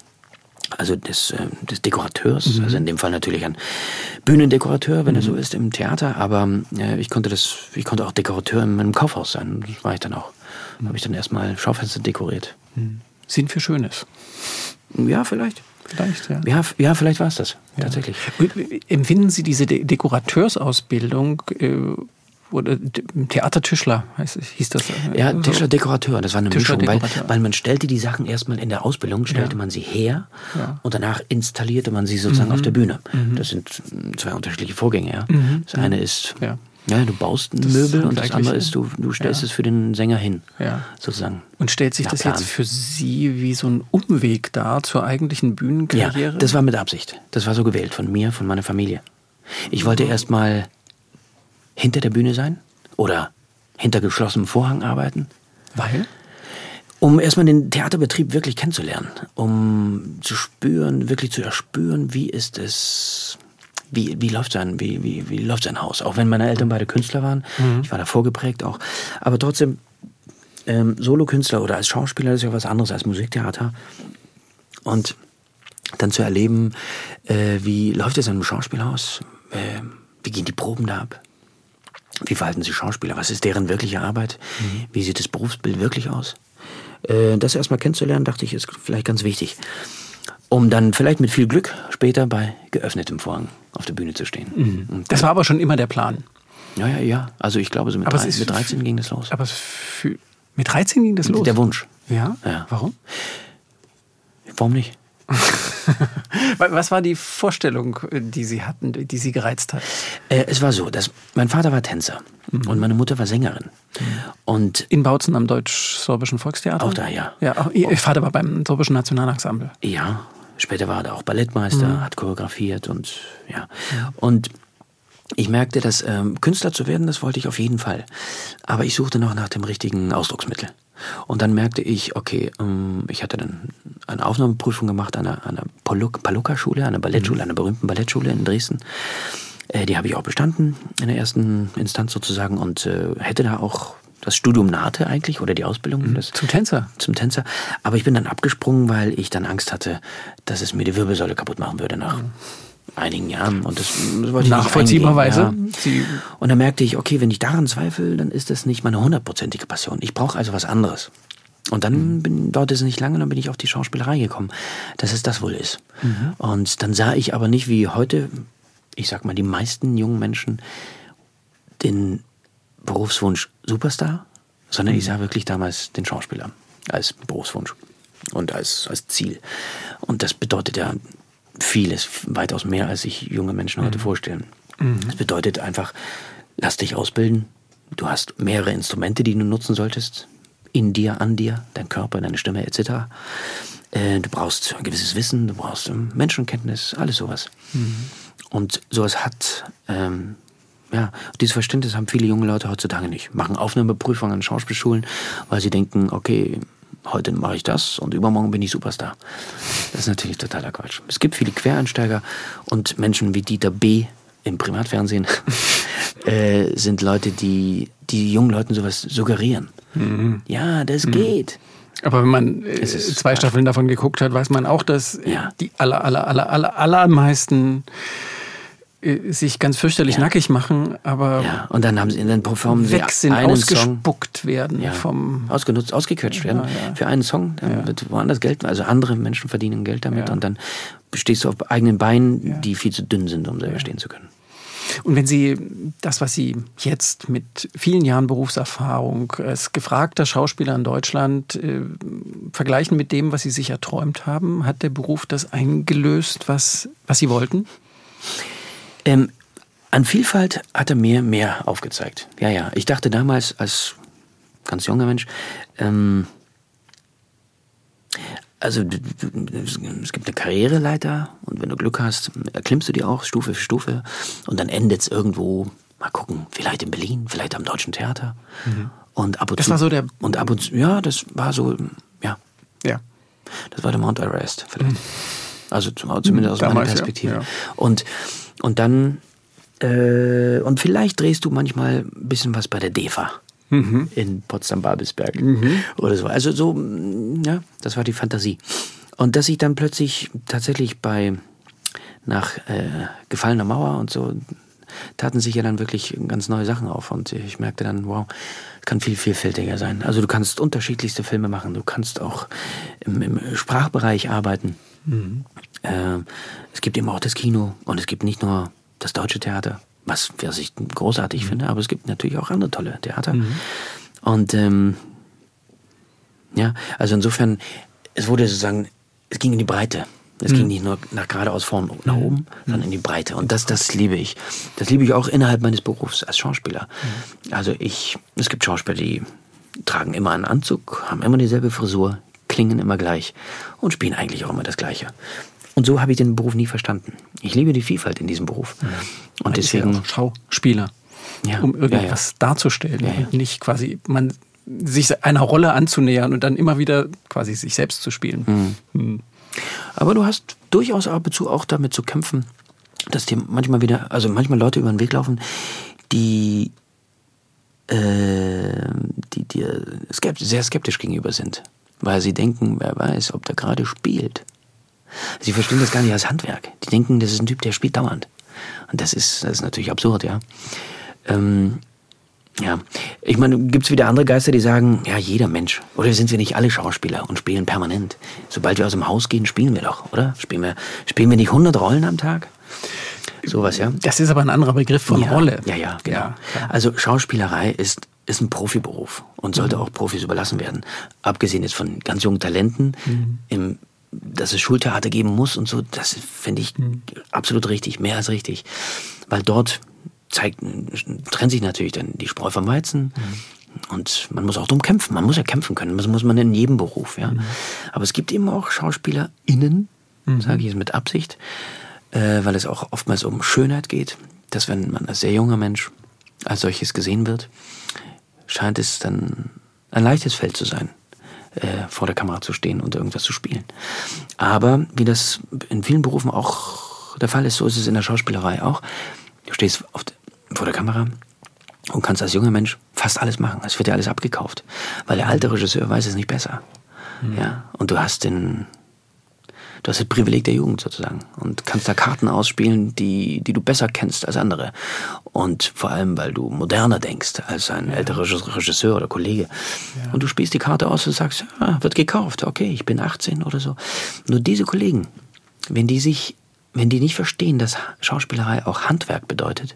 Speaker 4: Also des Dekorateurs, also in dem Fall natürlich ein Bühnendekorateur, wenn er so ist, im Theater. Aber ich konnte auch Dekorateur in meinem Kaufhaus sein. Das war ich dann auch. Habe ich dann erstmal Schaufenster dekoriert.
Speaker 3: Sinn für Schönes.
Speaker 4: Ja, vielleicht.
Speaker 3: Vielleicht, ja.
Speaker 4: Ja, vielleicht war es das, tatsächlich.
Speaker 3: Empfinden Sie diese Dekorateursausbildung oder Theatertischler hieß das?
Speaker 4: Ja, Tischler-Dekorateur, das war eine Mischung, weil man stellte die Sachen erstmal in der Ausbildung, man sie her und danach installierte man sie sozusagen auf der Bühne. Das sind zwei unterschiedliche Vorgänge. Ja. Das eine ist... Ja, du baust ein Möbel und das andere ist, du stellst es für den Sänger hin, sozusagen.
Speaker 3: Und stellt sich das jetzt für Sie wie so ein Umweg dar zur eigentlichen Bühnenkarriere?
Speaker 4: Ja, das war mit Absicht. Das war so gewählt von mir, von meiner Familie. Ich wollte erstmal hinter der Bühne sein oder hinter geschlossenem Vorhang arbeiten.
Speaker 3: Weil?
Speaker 4: Um erstmal den Theaterbetrieb wirklich kennenzulernen, um zu spüren, wirklich zu erspüren, wie ist es... Wie läuft sein Haus? Auch wenn meine Eltern beide Künstler waren. Ich war da vorgeprägt auch. Aber trotzdem, Solokünstler oder als Schauspieler, das ist ja was anderes als Musiktheater. Und dann zu erleben, wie läuft es in einem Schauspielhaus? Wie gehen die Proben da ab? Wie verhalten sich Schauspieler? Was ist deren wirkliche Arbeit? Wie sieht das Berufsbild wirklich aus? Das erstmal kennenzulernen, dachte ich, ist vielleicht ganz wichtig. Um dann vielleicht mit viel Glück später bei geöffnetem Vorhang auf der Bühne zu stehen.
Speaker 3: Das war aber schon immer der Plan.
Speaker 4: Ja. Also ich glaube, so mit 13 ging das los.
Speaker 3: Aber mit 13 ging das los?
Speaker 4: Der Wunsch.
Speaker 3: Ja?
Speaker 4: Warum? Warum nicht?
Speaker 3: Was war die Vorstellung, die Sie hatten, die Sie gereizt hat?
Speaker 4: Es war so, dass mein Vater war Tänzer und meine Mutter war Sängerin. Und
Speaker 3: in Bautzen am Deutsch-Sorbischen Volkstheater?
Speaker 4: Auch da, ja.
Speaker 3: Ihr Vater war beim Sorbischen Nationalensemble.
Speaker 4: Ja, später war er da auch Ballettmeister, hat choreografiert und ja. Und ich merkte, dass Künstler zu werden, das wollte ich auf jeden Fall. Aber ich suchte noch nach dem richtigen Ausdrucksmittel. Und dann merkte ich, okay, ich hatte dann eine Aufnahmeprüfung gemacht an einer Palukka-Schule, einer Ballettschule, einer berühmten Ballettschule in Dresden. Die habe ich auch bestanden in der ersten Instanz sozusagen und hätte da auch das Studium nahte eigentlich oder die Ausbildung.
Speaker 3: Zum Tänzer?
Speaker 4: Zum Tänzer. Aber ich bin dann abgesprungen, weil ich dann Angst hatte, dass es mir die Wirbelsäule kaputt machen würde nach einigen Jahren. Und das wollte ich
Speaker 3: nachvollziehbarweise.
Speaker 4: Ja. Und dann merkte ich, okay, wenn ich daran zweifle, dann ist das nicht meine 100%ige Passion. Ich brauche also was anderes. Und dann dauerte es nicht lange, dann bin ich auf die Schauspielerei gekommen, dass es das wohl ist. Und dann sah ich aber nicht wie heute, ich sag mal, die meisten jungen Menschen den Berufswunsch Superstar, sondern ich sah wirklich damals den Schauspieler als Berufswunsch und als Ziel. Und das bedeutet ja vieles, weitaus mehr, als sich junge Menschen heute vorstellen. Das bedeutet einfach, lass dich ausbilden. Du hast mehrere Instrumente, die du nutzen solltest. In dir, an dir, dein Körper, deine Stimme etc. Du brauchst ein gewisses Wissen, du brauchst Menschenkenntnis, alles sowas. Und sowas hat, dieses Verständnis haben viele junge Leute heutzutage nicht. Machen Aufnahmeprüfungen an Schauspielschulen, weil sie denken, okay, heute mache ich das und übermorgen bin ich Superstar. Das ist natürlich totaler Quatsch. Es gibt viele Quereinsteiger und Menschen wie Dieter B. im Privatfernsehen sind Leute, die jungen Leuten sowas suggerieren. Ja, das geht.
Speaker 3: Aber wenn man 2 Staffeln davon geguckt hat, weiß man auch, dass die allermeisten sich ganz fürchterlich nackig machen, aber
Speaker 4: ja, und dann performen sie
Speaker 3: sind,
Speaker 4: einen
Speaker 3: ausgespuckt
Speaker 4: Song,
Speaker 3: werden vom
Speaker 4: ausgequetscht werden für einen Song, dann wird woanders Geld, also andere Menschen verdienen Geld damit und dann stehst du auf eigenen Beinen, die viel zu dünn sind, um selber stehen zu können.
Speaker 3: Und wenn Sie das, was Sie jetzt mit vielen Jahren Berufserfahrung als gefragter Schauspieler in Deutschland vergleichen mit dem, was Sie sich erträumt haben, hat der Beruf das eingelöst, was Sie wollten?
Speaker 4: An Vielfalt hat er mir mehr aufgezeigt. Ja. Ich dachte damals als ganz junger Mensch, also es gibt eine Karriereleiter und wenn du Glück hast, erklimmst du die auch Stufe für Stufe und dann endet es irgendwo, mal gucken, vielleicht in Berlin, vielleicht am Deutschen Theater. Und ab und
Speaker 3: das
Speaker 4: zu,
Speaker 3: war so der...
Speaker 4: Und ab und zu, ja, das war so, ja. Das war der Mount Everest vielleicht. Also zumindest aus meiner Perspektive.
Speaker 3: Ja.
Speaker 4: Und dann, und vielleicht drehst du manchmal ein bisschen was bei der DEFA. In Potsdam-Babelsberg oder so. Also so, ja, das war die Fantasie. Und dass ich dann plötzlich tatsächlich nach Gefallener Mauer und so, taten sich ja dann wirklich ganz neue Sachen auf. Und ich merkte dann, wow, es kann viel vielfältiger sein. Also du kannst unterschiedlichste Filme machen, du kannst auch im Sprachbereich arbeiten. Es gibt eben auch das Kino und es gibt nicht nur das Deutsche Theater, was ich großartig finde, aber es gibt natürlich auch andere tolle Theater. Und also insofern, es ging in die Breite. Es ging nicht nur geradeaus vorn nach oben, sondern in die Breite. Und das liebe ich. Das liebe ich auch innerhalb meines Berufs als Schauspieler. Also es gibt Schauspieler, die tragen immer einen Anzug, haben immer dieselbe Frisur, klingen immer gleich und spielen eigentlich auch immer das Gleiche. Und so habe ich den Beruf nie verstanden. Ich liebe die Vielfalt in diesem Beruf. Und deswegen
Speaker 3: ja Schauspieler, um irgendwas darzustellen. Und nicht quasi sich einer Rolle anzunähern und dann immer wieder quasi sich selbst zu spielen.
Speaker 4: Aber du hast durchaus ab und zu auch damit zu kämpfen, dass dir manchmal Leute über den Weg laufen, die dir sehr skeptisch gegenüber sind. Weil sie denken, wer weiß, ob der gerade spielt. Sie verstehen das gar nicht als Handwerk. Die denken, das ist ein Typ, der spielt dauernd. Und das ist natürlich absurd, ja. Ich meine, gibt es wieder andere Geister, die sagen, ja, jeder Mensch. Oder sind wir nicht alle Schauspieler und spielen permanent? Sobald wir aus dem Haus gehen, spielen wir doch, oder? Spielen wir nicht 100 Rollen am Tag? Sowas, ja.
Speaker 3: Das ist aber ein anderer Begriff von Rolle.
Speaker 4: Ja, genau. Ja, also Schauspielerei ist ein Profiberuf und sollte auch Profis überlassen werden. Abgesehen jetzt von ganz jungen Talenten, dass es Schultheater geben muss und so, das finde ich absolut richtig, mehr als richtig. Weil dort trennt sich natürlich dann die Spreu vom Weizen und man muss auch drum kämpfen. Man muss ja kämpfen können, das muss man in jedem Beruf. Ja. Aber es gibt eben auch SchauspielerInnen, sage ich jetzt mit Absicht, weil es auch oftmals um Schönheit geht, dass wenn man als sehr junger Mensch als solches gesehen wird, scheint es dann ein leichtes Feld zu sein, vor der Kamera zu stehen und irgendwas zu spielen. Aber wie das in vielen Berufen auch der Fall ist, so ist es in der Schauspielerei auch. Du stehst vor der Kamera und kannst als junger Mensch fast alles machen. Es wird dir alles abgekauft, weil der alte Regisseur weiß es nicht besser. Ja? Und du hast das Privileg der Jugend sozusagen und kannst da Karten ausspielen, die du besser kennst als andere. Und vor allem, weil du moderner denkst als ein älterer Regisseur oder Kollege. Ja. Und du spielst die Karte aus und sagst, wird gekauft, okay, ich bin 18 oder so. Nur diese Kollegen, wenn die nicht verstehen, dass Schauspielerei auch Handwerk bedeutet,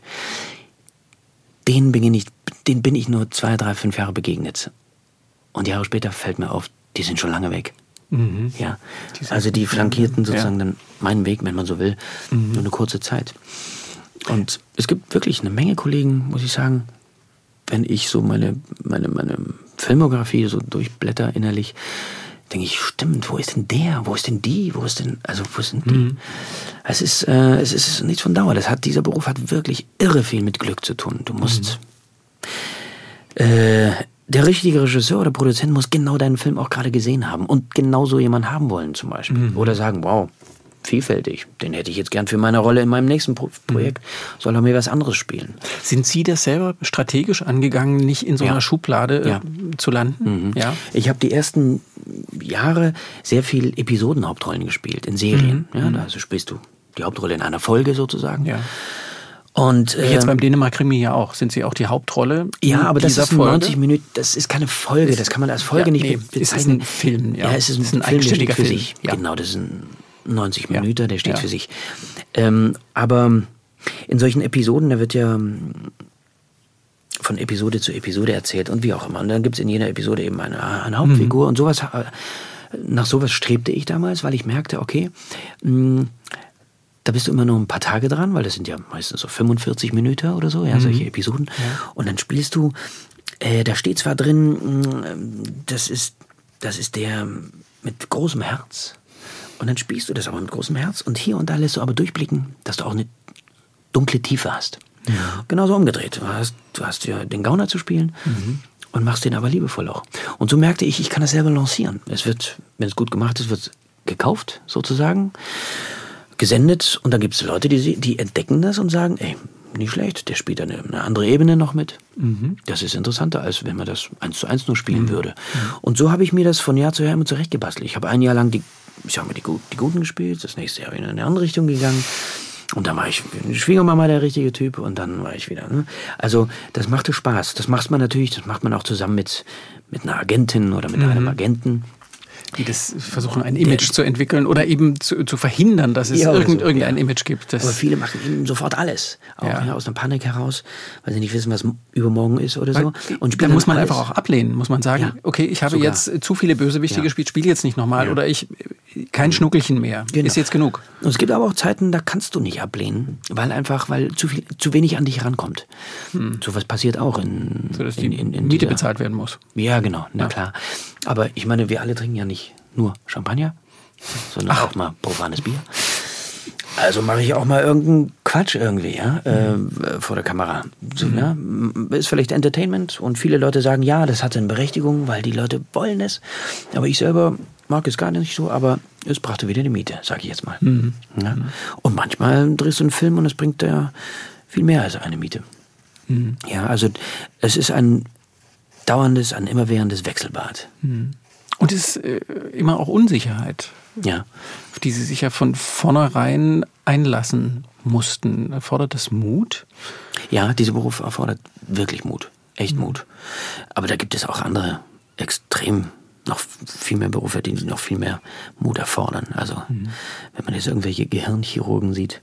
Speaker 4: denen bin ich nur 2, 3, 5 Jahre begegnet. Und Jahre später fällt mir auf, die sind schon lange weg. Ja, also die flankierten sozusagen dann meinen Weg, wenn man so will, nur eine kurze Zeit. Und es gibt wirklich eine Menge Kollegen, muss ich sagen, wenn ich so meine Filmografie so durchblätter innerlich, denke ich, stimmt, wo ist denn der? Wo ist denn die? Wo sind die? Es ist nichts von Dauer. Dieser Beruf hat wirklich irre viel mit Glück zu tun. Du musst der richtige Regisseur oder Produzent muss genau deinen Film auch gerade gesehen haben und genau so jemanden haben wollen zum Beispiel. Oder sagen, wow, vielfältig, den hätte ich jetzt gern für meine Rolle in meinem nächsten Projekt, soll er mir was anderes spielen.
Speaker 3: Sind Sie das selber strategisch angegangen, nicht in so einer Schublade zu landen? Ja.
Speaker 4: Ich habe die ersten Jahre sehr viel Episodenhauptrollen gespielt, in Serien. Ja, also spielst du die Hauptrolle in einer Folge sozusagen. Ja. Und
Speaker 3: jetzt beim Dänemark-Krimi ja auch. Sind Sie auch die Hauptrolle?
Speaker 4: Ja, aber das ist 90 Minuten, das ist keine Folge, das kann man als Folge nicht bezeichnen.
Speaker 3: Es ist ein Film, ja.
Speaker 4: Ja, es ist ein eigenständiger Film, der steht für sich. Ja. Genau, das ist ein 90 Minuten, der steht für sich. Aber in solchen Episoden, da wird ja von Episode zu Episode erzählt und wie auch immer. Und dann gibt es in jeder Episode eben eine Hauptfigur und sowas. Nach sowas strebte ich damals, weil ich merkte, okay, da bist du immer nur ein paar Tage dran, weil das sind ja meistens so 45 Minuten oder so, ja, solche Episoden. Ja. Und dann spielst du, da steht zwar drin, das ist der mit großem Herz. Und dann spielst du das aber mit großem Herz und hier und da lässt du aber durchblicken, dass du auch eine dunkle Tiefe hast. Ja. Genauso umgedreht. Du hast ja den Gauner zu spielen und machst den aber liebevoll auch. Und so merkte ich kann das selber lancieren. Es wird, wenn es gut gemacht ist, wird gekauft sozusagen, gesendet und dann gibt es Leute, die entdecken das und sagen, ey, nicht schlecht, der spielt eine andere Ebene noch mit. Das ist interessanter, als wenn man das 1:1 nur spielen würde. Und so habe ich mir das von Jahr zu Jahr immer zurechtgebastelt. Ich habe ein Jahr lang die Guten gespielt, das nächste Jahr in eine andere Richtung gegangen. Und dann war ich für die Schwiegermama der richtige Typ und dann war ich wieder. Ne? Also das machte Spaß. Das macht man auch zusammen mit einer Agentin oder mit einem Agenten.
Speaker 3: Die das versuchen, ein Image zu entwickeln oder eben zu verhindern, dass es irgendein Image gibt.
Speaker 4: Aber viele machen eben sofort alles. Auch aus einer Panik heraus, weil sie nicht wissen, was übermorgen ist oder so.
Speaker 3: Und dann muss man einfach auch ablehnen, muss man sagen, okay, ich habe jetzt zu viele Bösewichte gespielt, spiele jetzt nicht nochmal oder kein Schnuckelchen mehr, ist jetzt genug.
Speaker 4: Und es gibt aber auch Zeiten, da kannst du nicht ablehnen, weil zu wenig an dich rankommt. So was passiert auch
Speaker 3: sodass die Miete bezahlt werden muss.
Speaker 4: Ja, genau, na klar. Aber ich meine, wir alle trinken ja nicht nur Champagner, sondern auch mal profanes Bier. Also mache ich auch mal irgendeinen Quatsch irgendwie, vor der Kamera. So, ist vielleicht Entertainment und viele Leute sagen, ja, das hat eine Berechtigung, weil die Leute wollen es. Aber ich selber mag es gar nicht so, aber es brachte wieder die Miete, sage ich jetzt mal. Ja? Und manchmal drehst du einen Film und es bringt ja viel mehr als eine Miete. Ja, also es ist ein dauerndes, ein immerwährendes Wechselbad.
Speaker 3: Und es ist immer auch Unsicherheit, auf die Sie sich ja von vornherein einlassen mussten. Erfordert das Mut?
Speaker 4: Ja, dieser Beruf erfordert wirklich Mut, echt Mut. Aber da gibt es auch andere extrem noch viel mehr Berufe, die noch viel mehr Mut erfordern. Also wenn man jetzt irgendwelche Gehirnchirurgen sieht,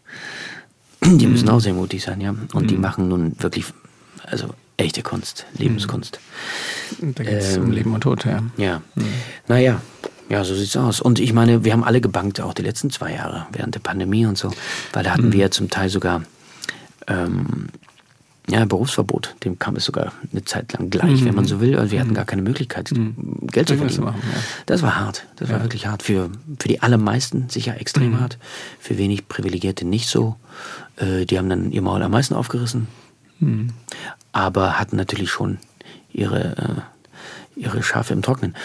Speaker 4: die müssen auch sehr mutig sein, ja. Und die machen nun wirklich, also echte Kunst, Lebenskunst.
Speaker 3: Da geht es um Leben und Tod, ja.
Speaker 4: Ja. Naja, ja, so sieht's aus. Und ich meine, wir haben alle gebankt, auch die letzten 2 Jahre, während der Pandemie und so. Weil da hatten wir ja zum Teil sogar Berufsverbot. Dem kam es sogar eine Zeit lang gleich, wenn man so will. Also wir hatten gar keine Möglichkeit, Geld zu verdienen. Das war hart. Das war wirklich hart. Für die allermeisten sicher extrem hart. Für wenig Privilegierte nicht so. Die haben dann ihr Maul am meisten aufgerissen. Aber hatten natürlich schon ihre Schafe im Trocknen.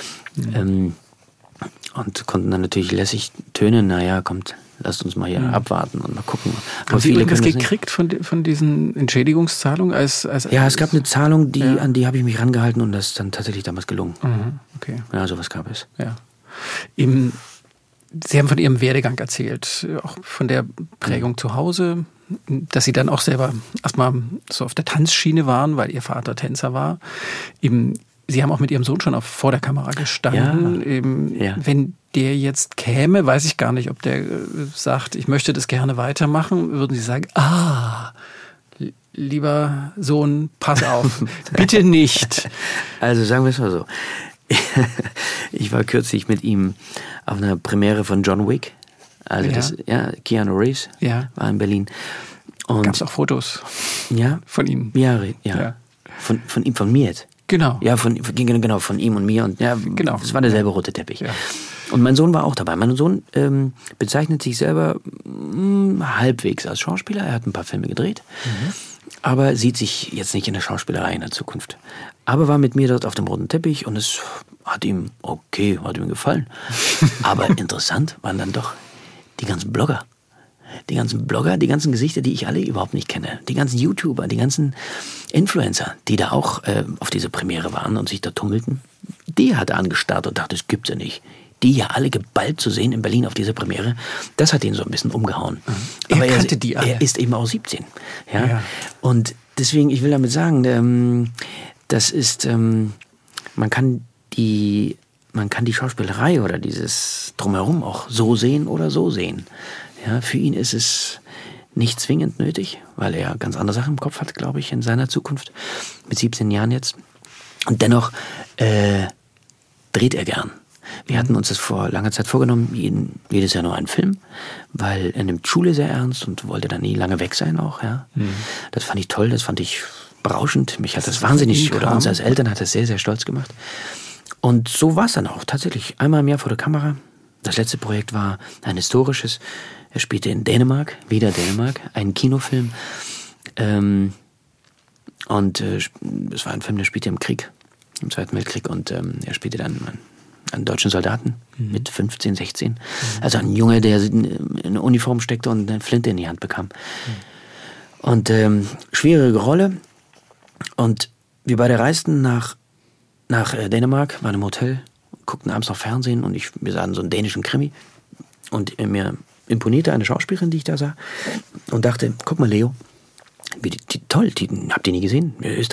Speaker 4: Und konnten dann natürlich lässig tönen, naja, kommt, lasst uns mal hier abwarten und mal gucken.
Speaker 3: Haben Sie irgendwas gekriegt von diesen Entschädigungszahlungen?
Speaker 4: Ja, es gab eine Zahlung, an die habe ich mich rangehalten und das ist dann tatsächlich damals gelungen.
Speaker 3: Okay.
Speaker 4: Ja, sowas gab es.
Speaker 3: Ja. Sie haben von Ihrem Werdegang erzählt, auch von der Prägung zu Hause, dass Sie dann auch selber erstmal so auf der Tanzschiene waren, weil Ihr Vater Tänzer war. Sie haben auch mit Ihrem Sohn schon vor der Kamera gestanden. Wenn der jetzt käme, weiß ich gar nicht, ob der sagt, ich möchte das gerne weitermachen, würden Sie sagen, lieber Sohn, pass auf, bitte nicht.
Speaker 4: Also sagen wir es mal so. Ich war kürzlich mit ihm auf einer Premiere von John Wick. Also Keanu Reeves war in Berlin.
Speaker 3: Gab es auch Fotos von ihm?
Speaker 4: Ja. Von ihm, von mir jetzt.
Speaker 3: Genau.
Speaker 4: Ja, von ihm und mir. Und es war derselbe rote Teppich. Ja. Und mein Sohn war auch dabei. Mein Sohn bezeichnet sich selber halbwegs als Schauspieler. Er hat ein paar Filme gedreht, aber sieht sich jetzt nicht in der Schauspielerei in der Zukunft. Aber war mit mir dort auf dem roten Teppich und es hat ihm gefallen. Aber interessant waren dann doch die ganzen Blogger. Die ganzen Gesichter, die ich alle überhaupt nicht kenne. Die ganzen YouTuber, die ganzen Influencer, die da auch auf dieser Premiere waren und sich da tummelten. Die hat er angestarrt und dachte, das gibt's ja nicht. die ja alle geballt zu sehen in Berlin auf dieser Premiere, das hat ihn so ein bisschen umgehauen.
Speaker 3: Aber er kannte die alle.
Speaker 4: Er ist eben auch 17. Ja? Und deswegen, ich will damit sagen, das ist, man kann die Schauspielerei oder dieses Drumherum auch so sehen oder so sehen. Ja, für ihn ist es nicht zwingend nötig, weil er ganz andere Sachen im Kopf hat, glaube ich, in seiner Zukunft. Mit 17 Jahren jetzt. Und dennoch dreht er gern. Wir hatten uns das vor langer Zeit vorgenommen, jedes Jahr nur einen Film, weil er nimmt Schule sehr ernst und wollte dann nie lange weg sein auch. Ja. Das fand ich toll, das fand ich berauschend. Mich hat das wahnsinnig, oder uns als Eltern hat das sehr, sehr stolz gemacht. Und so war es dann auch, tatsächlich. Einmal im Jahr vor der Kamera. Das letzte Projekt war ein historisches. Er spielte in Dänemark, wieder Dänemark, einen Kinofilm. Und es war ein Film, der spielte im Krieg, im Zweiten Weltkrieg. Und er spielte dann einen deutschen Soldaten mit 15, 16. Also ein Junge, der in eine Uniform steckte und eine Flinte in die Hand bekam. Und schwierige Rolle. Und wir beide reisten nach Dänemark, waren im Hotel, guckten abends noch Fernsehen und wir sahen so einen dänischen Krimi. Und mir imponierte eine Schauspielerin, die ich da sah, und dachte, guck mal, Leo, wie toll, habt ihr nie gesehen?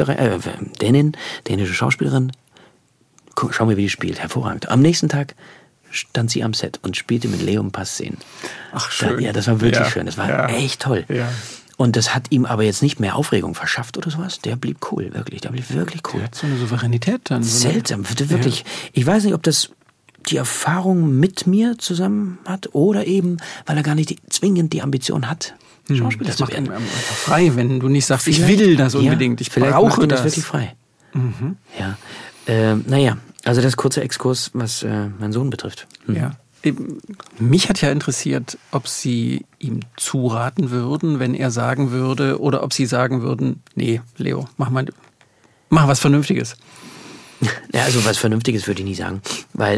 Speaker 4: Dänische Schauspielerin, schau mal, wie die spielt, hervorragend. Am nächsten Tag stand sie am Set und spielte mit Leo ein paar Szenen.
Speaker 3: Ach, schön.
Speaker 4: Ja, das war wirklich schön, das war echt toll. Ja. Und das hat ihm aber jetzt nicht mehr Aufregung verschafft oder sowas. Der blieb cool, wirklich. Der blieb wirklich cool.
Speaker 3: Der hat so eine Souveränität dann.
Speaker 4: Seltsam, wirklich. Ja. Ich weiß nicht, ob das die Erfahrung mit mir zusammen hat oder eben, weil er gar nicht zwingend die Ambition hat, Schauspieler zu werden. Das macht ihn einfach
Speaker 3: frei, wenn du nicht sagst, ich will das unbedingt, ich brauche das.
Speaker 4: Wirklich frei. Ja. Naja, also das kurze Exkurs, was meinen Sohn betrifft.
Speaker 3: Ja. Mich hat ja interessiert, ob Sie ihm zuraten würden, wenn er sagen würde, oder ob Sie sagen würden, nee, Leo, mach was Vernünftiges.
Speaker 4: Ja, also was Vernünftiges würde ich nie sagen, weil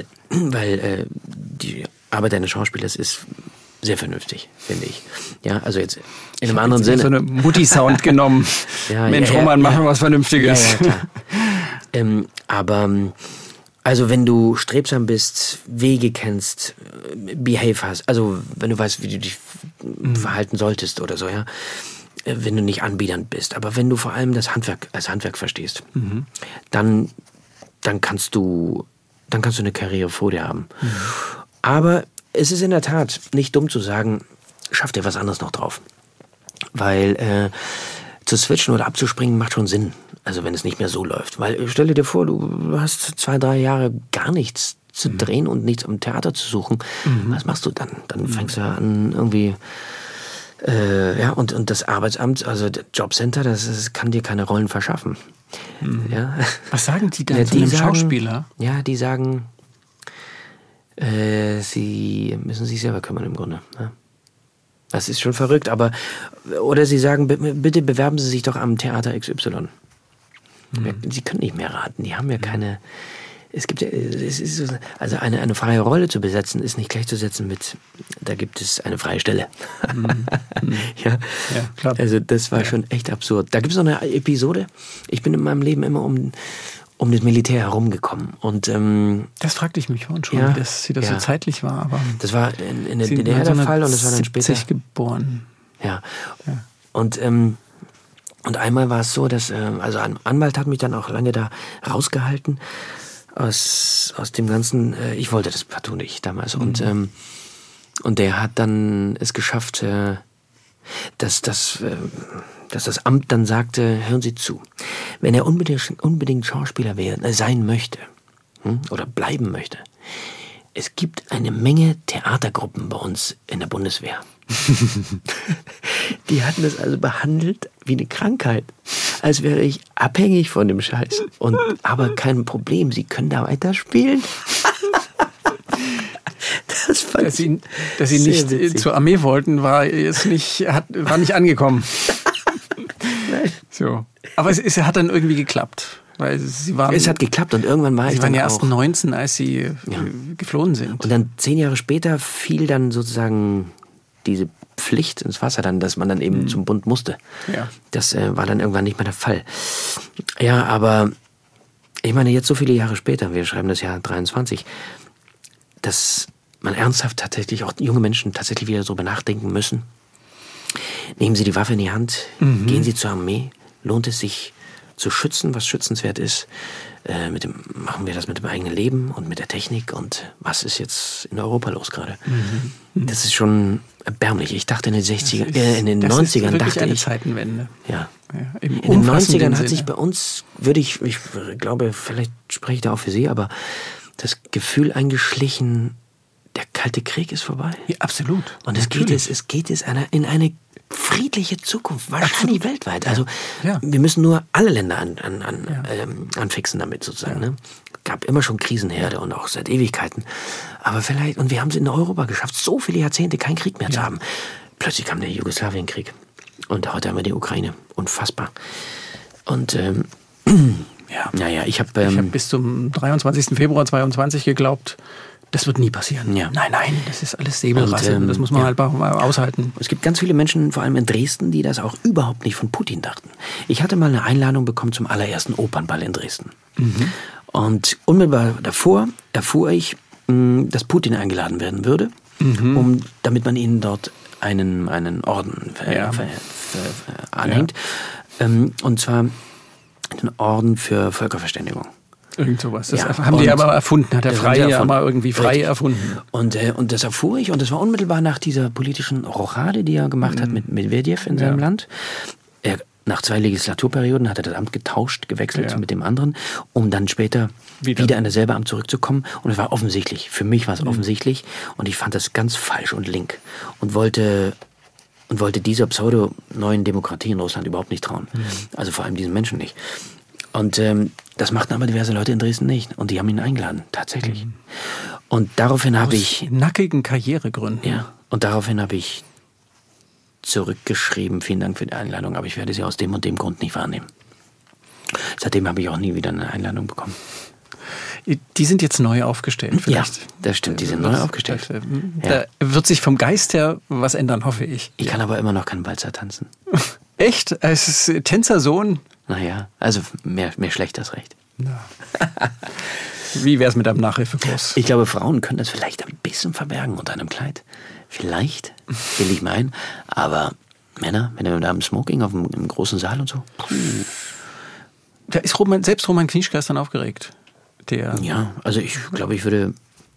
Speaker 4: die Arbeit eines Schauspielers ist sehr vernünftig, finde ich. Ja, also jetzt in einem anderen Sinne.
Speaker 3: So eine Mutti-Sound genommen. Mensch, Roman, mach mal was Vernünftiges.
Speaker 4: Ja, klar. Aber also wenn du strebsam bist, Wege kennst, Behave hast, also wenn du weißt, wie du dich verhalten solltest oder so, ja, wenn du nicht anbiedernd bist, aber wenn du vor allem das Handwerk als Handwerk verstehst, dann kannst du eine Karriere vor dir haben. Aber es ist in der Tat nicht dumm zu sagen, schaff dir was anderes noch drauf. Weil zu switchen oder abzuspringen macht schon Sinn. Also wenn es nicht mehr so läuft. Weil stell dir vor, du hast 2, 3 Jahre gar nichts zu drehen und nichts am Theater zu suchen. Was machst du dann? Dann fängst du an irgendwie... und das Arbeitsamt, also das Jobcenter, das kann dir keine Rollen verschaffen. Ja.
Speaker 3: Was sagen die dann zu einem Schauspieler?
Speaker 4: Ja, die sagen, sie müssen sich selber kümmern im Grunde. Ja. Das ist schon verrückt, aber oder sie sagen, bitte bewerben Sie sich doch am Theater XY. Sie können nicht mehr raten, die haben ja keine... Also eine freie Rolle zu besetzen, ist nicht gleichzusetzen mit, da gibt es eine freie Stelle. Ja, klar. Also das war schon echt absurd. Da gibt es noch eine Episode. Ich bin in meinem Leben immer um das Militär herumgekommen. Und,
Speaker 3: das fragte ich mich vorhin schon, wie das so zeitlich war. Aber
Speaker 4: das war in der DDR der Fall und das war dann später.
Speaker 3: Geboren.
Speaker 4: Ja. Und einmal war es so, dass also ein Anwalt hat mich dann auch lange da rausgehalten aus dem Ganzen. Ich wollte das partout nicht damals. Und der hat dann es geschafft, dass das Amt dann sagte, hören Sie zu, wenn er unbedingt Schauspieler sein möchte oder bleiben möchte, es gibt eine Menge Theatergruppen bei uns in der Bundeswehr. Die hatten das also behandelt wie eine Krankheit, als wäre ich abhängig von dem Scheiß. Aber kein Problem, Sie können da weiterspielen.
Speaker 3: Dass Sie nicht witzig. Zur Armee wollten, war nicht angekommen.
Speaker 4: Nein.
Speaker 3: So. Aber es hat dann irgendwie geklappt. Weil
Speaker 4: es hat geklappt und irgendwann war ich dann auch...
Speaker 3: Sie waren ja erst 19, als Sie geflohen sind.
Speaker 4: Und dann 10 Jahre später fiel dann sozusagen diese Pflicht ins Wasser, dann, dass man dann eben zum Bund musste. Ja. Das war dann irgendwann nicht mehr der Fall. Ja, aber ich meine, jetzt so viele Jahre später, wir schreiben das Jahr 23, dass man ernsthaft tatsächlich, auch junge Menschen tatsächlich wieder darüber nachdenken müssen. Nehmen Sie die Waffe in die Hand, gehen Sie zur Armee, lohnt es sich zu schützen, was schützenswert ist. Machen wir das mit dem eigenen Leben und mit der Technik und was ist jetzt in Europa los gerade? Das ist schon erbärmlich. Ich dachte in den 90ern dachte
Speaker 3: eine
Speaker 4: ich.
Speaker 3: Zeitenwende.
Speaker 4: Ja.
Speaker 3: In
Speaker 4: den 90ern hat
Speaker 3: Sinne.
Speaker 4: sich bei uns, ich glaube, vielleicht spreche ich da auch für Sie, aber das Gefühl eingeschlichen, der Kalte Krieg ist vorbei.
Speaker 3: Ja, absolut.
Speaker 4: Und es geht in eine friedliche Zukunft, wahrscheinlich weltweit. Also wir müssen nur alle Länder anfixen damit sozusagen. Ne? Gab immer schon Krisenherde und auch seit Ewigkeiten. Aber vielleicht, und wir haben es in Europa geschafft, so viele Jahrzehnte keinen Krieg mehr zu haben. Plötzlich kam der Jugoslawienkrieg. Und heute haben wir die Ukraine. Unfassbar. Und ich habe
Speaker 3: bis zum 23. Februar 2022 geglaubt, das wird nie passieren. Ja. Nein, das ist alles Säbelrasseln. Das muss man halt mal aushalten.
Speaker 4: Es gibt ganz viele Menschen, vor allem in Dresden, die das auch überhaupt nicht von Putin dachten. Ich hatte mal eine Einladung bekommen zum allerersten Opernball in Dresden. Und unmittelbar davor erfuhr ich, dass Putin eingeladen werden würde, damit man ihnen dort einen Orden anhängt. Und zwar den Orden für Völkerverständigung.
Speaker 3: Irgend sowas. Das haben die aber erfunden, hat der Frei ja mal irgendwie frei erfunden.
Speaker 4: Und das erfuhr ich, und das war unmittelbar nach dieser politischen Rochade, die er gemacht hat mit Medvedev in seinem Land. Nach 2 Legislaturperioden hat er das Amt getauscht, gewechselt mit dem anderen, um dann später wieder in dasselbe Amt zurückzukommen. Und es war offensichtlich, für mich war es offensichtlich, und ich fand das ganz falsch und link. Und wollte dieser pseudo-neuen Demokratie in Russland überhaupt nicht trauen. Also vor allem diesen Menschen nicht. Und das machten aber diverse Leute in Dresden nicht. Und die haben ihn eingeladen, tatsächlich. Und daraufhin habe ich...
Speaker 3: nackigen Karrieregründen.
Speaker 4: Ja, und daraufhin habe ich zurückgeschrieben, vielen Dank für die Einladung, aber ich werde sie aus dem und dem Grund nicht wahrnehmen. Seitdem habe ich auch nie wieder eine Einladung bekommen.
Speaker 3: Die sind jetzt neu aufgestellt, vielleicht.
Speaker 4: Ja, das stimmt, die sind neu aufgestellt.
Speaker 3: Da wird sich vom Geist her was ändern, hoffe ich.
Speaker 4: Ich kann aber immer noch keinen Walzer tanzen.
Speaker 3: Echt? Als Tänzersohn?
Speaker 4: Naja, also mehr schlecht als recht.
Speaker 3: Ja. Wie wäre es mit einem Nachhilfekurs?
Speaker 4: Ich glaube, Frauen können das vielleicht ein bisschen verbergen unter einem Kleid. Vielleicht, will ich meinen. Aber Männer, wenn du da im Smoking im großen Saal und so.
Speaker 3: Da ist selbst Roman Knischka ist dann aufgeregt.
Speaker 4: Ja, also ich glaube, ich würde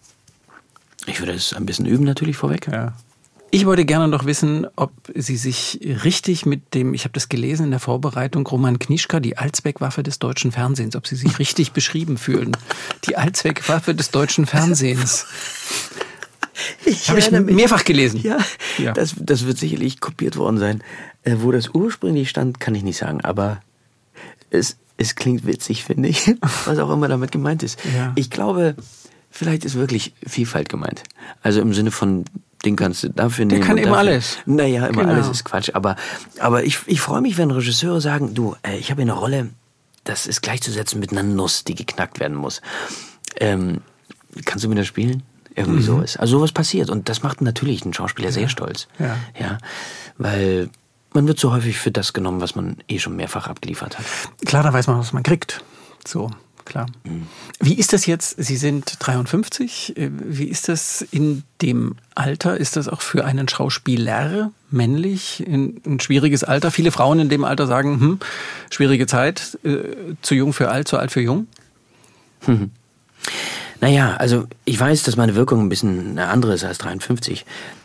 Speaker 4: es ein bisschen üben natürlich vorweg.
Speaker 3: Ja. Ich wollte gerne noch wissen, ob Sie sich richtig mit dem, ich habe das gelesen in der Vorbereitung, Roman Knischka, die Allzweckwaffe des deutschen Fernsehens, ob Sie sich richtig beschrieben fühlen. Die Allzweckwaffe des deutschen Fernsehens. Habe ich mehrfach gelesen.
Speaker 4: Ja. Das wird sicherlich kopiert worden sein. Wo das ursprünglich stand, kann ich nicht sagen, aber es klingt witzig, finde ich, was auch immer damit gemeint ist. Ja. Ich glaube, vielleicht ist wirklich Vielfalt gemeint. Also im Sinne von, den kannst du dafür nehmen.
Speaker 3: Der kann immer alles.
Speaker 4: Naja, immer alles ist Quatsch. Aber ich freue mich, wenn Regisseure sagen, du, ich habe hier eine Rolle, das ist gleichzusetzen mit einer Nuss, die geknackt werden muss. Kannst du mir das spielen? Irgendwie sowas. Also sowas passiert. Und das macht natürlich einen Schauspieler sehr stolz. Ja. Weil man wird so häufig für das genommen, was man schon mehrfach abgeliefert hat.
Speaker 3: Klar, da weiß man, was man kriegt. So, klar. Wie ist das jetzt? Sie sind 53. Wie ist das in dem Alter? Ist das auch für einen Schauspieler männlich ein schwieriges Alter? Viele Frauen in dem Alter sagen, schwierige Zeit, zu jung für alt, zu alt für jung?
Speaker 4: Naja, also ich weiß, dass meine Wirkung ein bisschen eine andere ist als 53.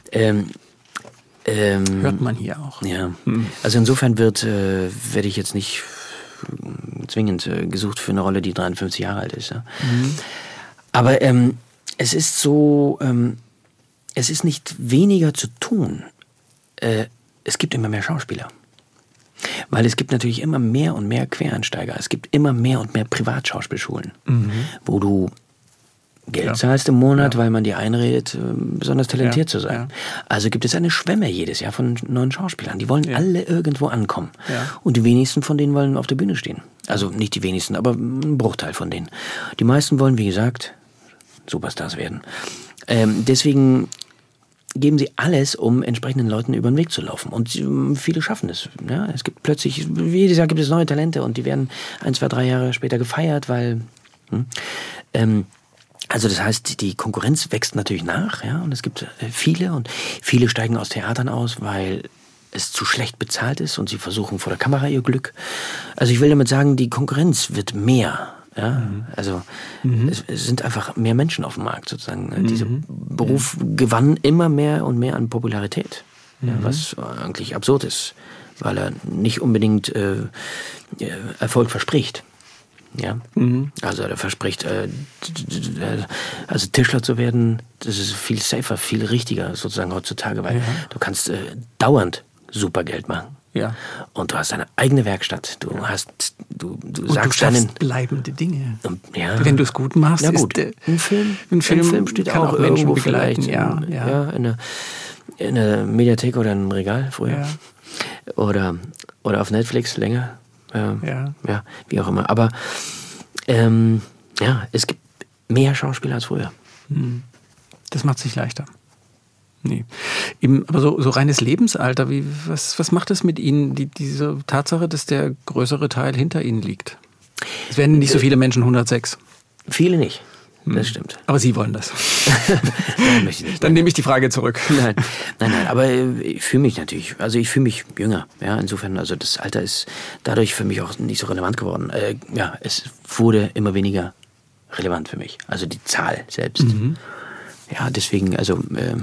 Speaker 3: Hört man hier auch.
Speaker 4: Ja, also insofern werde ich jetzt nicht zwingend gesucht für eine Rolle, die 53 Jahre alt ist. Ja? Aber es ist so, es ist nicht weniger zu tun. Es gibt immer mehr Schauspieler. Weil es gibt natürlich immer mehr und mehr Quereinsteiger. Es gibt immer mehr und mehr Privatschauspielschulen, wo du Geld zahlst im Monat, weil man dir einredet, besonders talentiert zu sein. Also gibt es eine Schwemme jedes Jahr von neuen Schauspielern. Die wollen alle irgendwo ankommen. Und die wenigsten von denen wollen auf der Bühne stehen. Also nicht die wenigsten, aber ein Bruchteil von denen. Die meisten wollen, wie gesagt, Superstars werden. Deswegen geben sie alles, um entsprechenden Leuten über den Weg zu laufen. Und viele schaffen es. Ja, es gibt plötzlich, jedes Jahr gibt es neue Talente und die werden 1, 2, 3 Jahre später gefeiert, weil... Also das heißt, die Konkurrenz wächst natürlich nach, ja, und es gibt viele und viele steigen aus Theatern aus, weil es zu schlecht bezahlt ist und sie versuchen vor der Kamera ihr Glück. Also ich will damit sagen, die Konkurrenz wird mehr. Ja, also es sind einfach mehr Menschen auf dem Markt sozusagen. Dieser Beruf gewann immer mehr und mehr an Popularität, ja, was eigentlich absurd ist, weil er nicht unbedingt Erfolg verspricht. Ja, also er verspricht, also Tischler zu werden, das ist viel safer, viel richtiger sozusagen heutzutage, weil du kannst dauernd super Geld machen.
Speaker 3: Ja.
Speaker 4: Und du hast deine eigene Werkstatt. Du sagst
Speaker 3: deinen bleibende Dinge.
Speaker 4: Ja.
Speaker 3: Wenn du es gut machst,
Speaker 4: ja, gut. Ein Film steht auch irgendwo vielleicht in der Mediathek oder im Regal früher. Ja. Oder auf Netflix länger. Ja, wie auch immer. Aber es gibt mehr Schauspieler als früher.
Speaker 3: Das macht sich leichter. Nee. Aber so reines Lebensalter, was macht es mit Ihnen, diese Tatsache, dass der größere Teil hinter Ihnen liegt? Es werden nicht so viele Menschen 106.
Speaker 4: Viele nicht. Das stimmt.
Speaker 3: Aber Sie wollen das.
Speaker 4: Nein, möchte ich nicht.
Speaker 3: Dann nehme ich die Frage zurück.
Speaker 4: Nein, aber ich fühle mich natürlich, also ich fühle mich jünger. Ja, insofern, also das Alter ist dadurch für mich auch nicht so relevant geworden. Es wurde immer weniger relevant für mich. Also die Zahl selbst. Ja, deswegen, also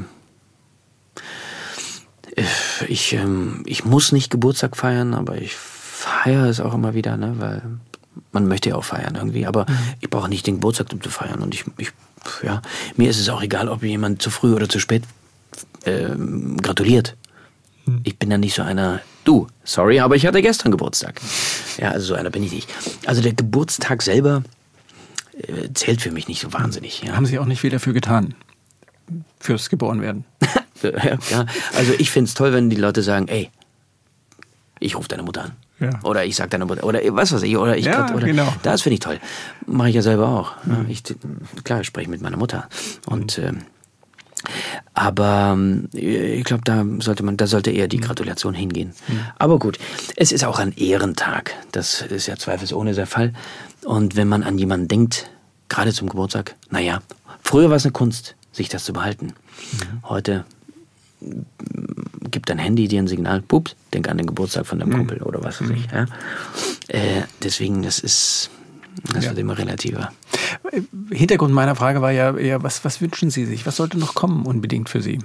Speaker 4: ich muss nicht Geburtstag feiern, aber ich feiere es auch immer wieder, ne, weil man möchte ja auch feiern irgendwie, aber ich brauche nicht den Geburtstag, um zu feiern. Und mir ist es auch egal, ob jemand zu früh oder zu spät gratuliert. Ich bin dann nicht so einer, sorry, aber ich hatte gestern Geburtstag. Ja, also so einer bin ich nicht. Also der Geburtstag selber zählt für mich nicht so wahnsinnig. Ja.
Speaker 3: Haben Sie auch nicht viel dafür getan? Fürs Geborenwerden?
Speaker 4: Ja, also ich finde es toll, wenn die Leute sagen, ey, ich rufe deine Mutter an. Ja. Oder ich sag deiner Mutter, oder was weiß ich,
Speaker 3: genau.
Speaker 4: Das finde ich toll. Mache ich ja selber auch. Ich spreche mit meiner Mutter. Und aber ich glaube, da sollte eher die Gratulation hingehen. Aber gut, es ist auch ein Ehrentag. Das ist ja zweifelsohne der Fall. Und wenn man an jemanden denkt, gerade zum Geburtstag, früher war es eine Kunst, sich das zu behalten. Heute gibt dein Handy dir ein Signal, pups, denk an den Geburtstag von deinem Kumpel oder was weiß ich. Ja? Deswegen, das wird immer relativer.
Speaker 3: Hintergrund meiner Frage war ja eher, was wünschen Sie sich? Was sollte noch kommen unbedingt für Sie?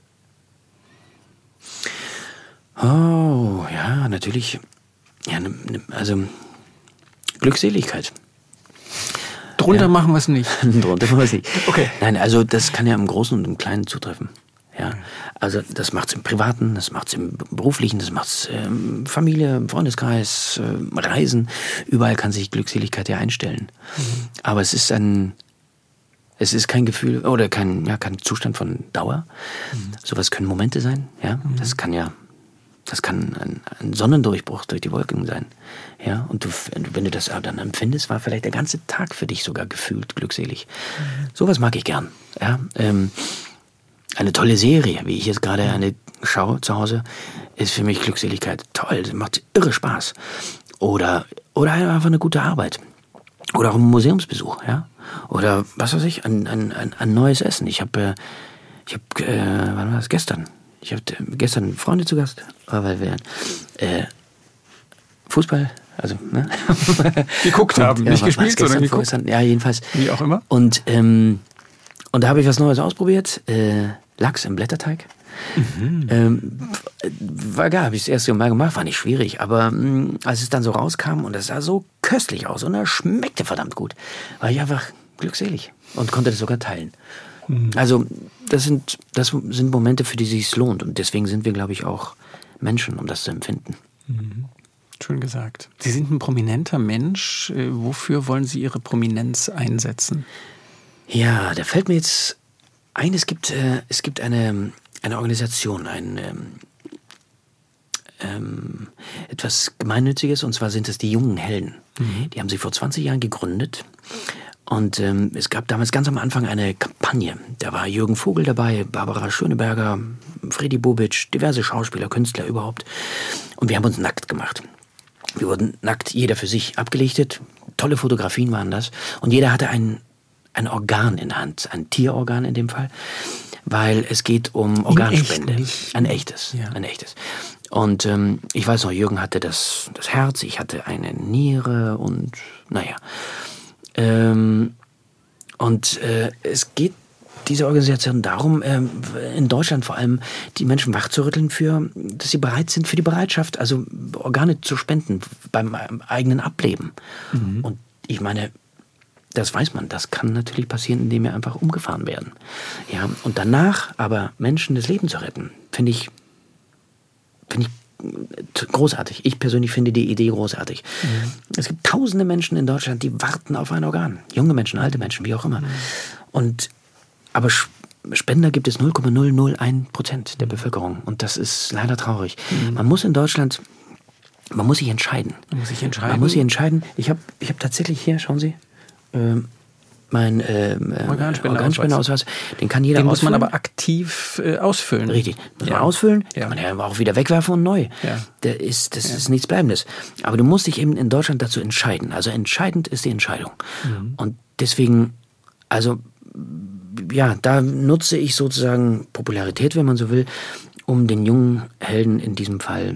Speaker 4: Oh, ja, natürlich. Ja, also Glückseligkeit.
Speaker 3: Drunter machen wir es nicht.
Speaker 4: Drunter machen wir es nicht.
Speaker 3: Okay.
Speaker 4: Nein, also das kann ja im Großen und im Kleinen zutreffen. Ja, also das macht's im Privaten, das macht's im Beruflichen, das macht's Familie, im Freundeskreis, Reisen. Überall kann sich Glückseligkeit ja einstellen. Aber es ist kein Gefühl oder kein Zustand von Dauer. Sowas können Momente sein. Ja, das kann ein Sonnendurchbruch durch die Wolken sein. Ja, und wenn du das dann empfindest, war vielleicht der ganze Tag für dich sogar gefühlt glückselig. Sowas mag ich gern. Ja, eine tolle Serie, wie ich jetzt gerade eine schaue zu Hause, ist für mich Glückseligkeit. Toll, das macht irre Spaß. Oder einfach eine gute Arbeit. Oder auch ein Museumsbesuch, ja. Oder was weiß ich, ein neues Essen. Wann war das? Gestern. Ich hatte gestern Freunde zu Gast, weil wir Fußball, also
Speaker 3: geguckt haben, nicht gespielt, sondern geguckt.
Speaker 4: Ja, jedenfalls.
Speaker 3: Wie auch immer.
Speaker 4: Und da habe ich was Neues ausprobiert. Lachs im Blätterteig. War geil, habe ich das erste Mal gemacht, war nicht schwierig, aber als es dann so rauskam und es sah so köstlich aus und er schmeckte verdammt gut, war ich einfach glückselig und konnte das sogar teilen. Also das sind Momente, für die es sich lohnt und deswegen sind wir, glaube ich, auch Menschen, um das zu empfinden.
Speaker 3: Schön gesagt. Sie sind ein prominenter Mensch. Wofür wollen Sie Ihre Prominenz einsetzen?
Speaker 4: Ja, da fällt mir jetzt ein, es gibt eine Organisation, etwas Gemeinnütziges, und zwar sind es die Jungen Helden. Die haben sich vor 20 Jahren gegründet und es gab damals ganz am Anfang eine Kampagne. Da war Jürgen Vogel dabei, Barbara Schöneberger, Fredi Bobic, diverse Schauspieler, Künstler überhaupt. Und wir haben uns nackt gemacht. Wir wurden nackt, jeder für sich abgelichtet. Tolle Fotografien waren das. Und jeder hatte ein ein Organ in der Hand, ein Tierorgan in dem Fall, weil es geht um Organspende. Ein echtes. Und ich weiß noch, Jürgen hatte das Herz, ich hatte eine Niere und naja. Es geht dieser Organisation darum, in Deutschland vor allem die Menschen wachzurütteln, dass sie bereit sind für die Bereitschaft, also Organe zu spenden beim eigenen Ableben. Und ich meine, das weiß man, das kann natürlich passieren, indem wir einfach umgefahren werden. Ja, und danach aber Menschen das Leben zu retten, finde ich großartig. Ich persönlich finde die Idee großartig. Es gibt tausende Menschen in Deutschland, die warten auf ein Organ. Junge Menschen, alte Menschen, wie auch immer. Aber Spender gibt es 0,001% der Bevölkerung. Und das ist leider traurig. Man muss in Deutschland, man muss sich entscheiden. Ich hab tatsächlich hier, schauen Sie, mein Organspenderausweis. Den kann jeder ausfüllen. Den
Speaker 3: muss man aber aktiv ausfüllen.
Speaker 4: Richtig. Muss man ausfüllen. Kann man ja auch wieder wegwerfen und neu. Ja. Das ist nichts Bleibendes. Aber du musst dich eben in Deutschland dazu entscheiden. Also entscheidend ist die Entscheidung. Und deswegen, also ja, da nutze ich sozusagen Popularität, wenn man so will, um den jungen Helden in diesem Fall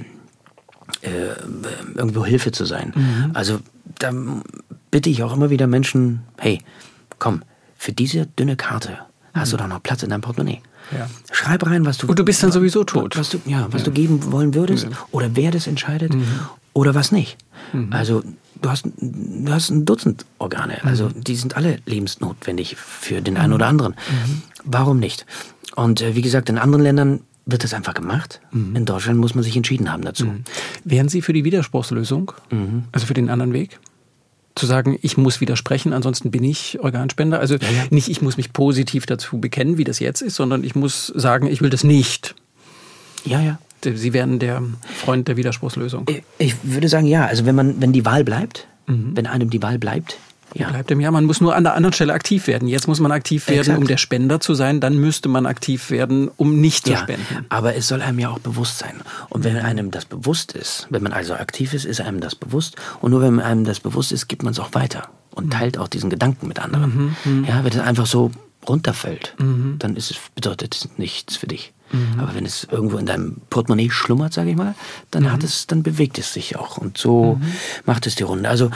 Speaker 4: irgendwo Hilfe zu sein. Also da bitte ich auch immer wieder Menschen, hey, komm, für diese dünne Karte hast du doch noch Platz in deinem Portemonnaie. Ja. Schreib rein, was du...
Speaker 3: Und du bist dann sowieso tot.
Speaker 4: Was du geben wollen würdest, oder wer das entscheidet, oder was nicht. Also du hast ein Dutzend Organe, also die sind alle lebensnotwendig für den einen oder anderen. Warum nicht? Und wie gesagt, in anderen Ländern wird das einfach gemacht. In Deutschland muss man sich entschieden haben dazu.
Speaker 3: Wären Sie für die Widerspruchslösung, also für den anderen Weg? Zu sagen, ich muss widersprechen, ansonsten bin ich Organspender. Also nicht, ich muss mich positiv dazu bekennen, wie das jetzt ist, sondern ich muss sagen, ich will das nicht.
Speaker 4: Ja.
Speaker 3: Sie wären der Freund der Widerspruchslösung.
Speaker 4: Ich würde sagen, ja. Also wenn die Wahl bleibt, wenn einem die Wahl bleibt,
Speaker 3: bleibt ihm, man muss nur an der anderen Stelle aktiv werden. Jetzt muss man aktiv werden, um der Spender zu sein. Dann müsste man aktiv werden, um nicht zu spenden.
Speaker 4: Aber es soll einem ja auch bewusst sein. Und wenn einem das bewusst ist, wenn man also aktiv ist einem das bewusst. Und nur wenn einem das bewusst ist, gibt man es auch weiter. Und teilt auch diesen Gedanken mit anderen. Ja, wenn es einfach so runterfällt, dann bedeutet es nichts für dich. Aber wenn es irgendwo in deinem Portemonnaie schlummert, sage ich mal, dann dann bewegt es sich auch. Und so macht es die Runde. Also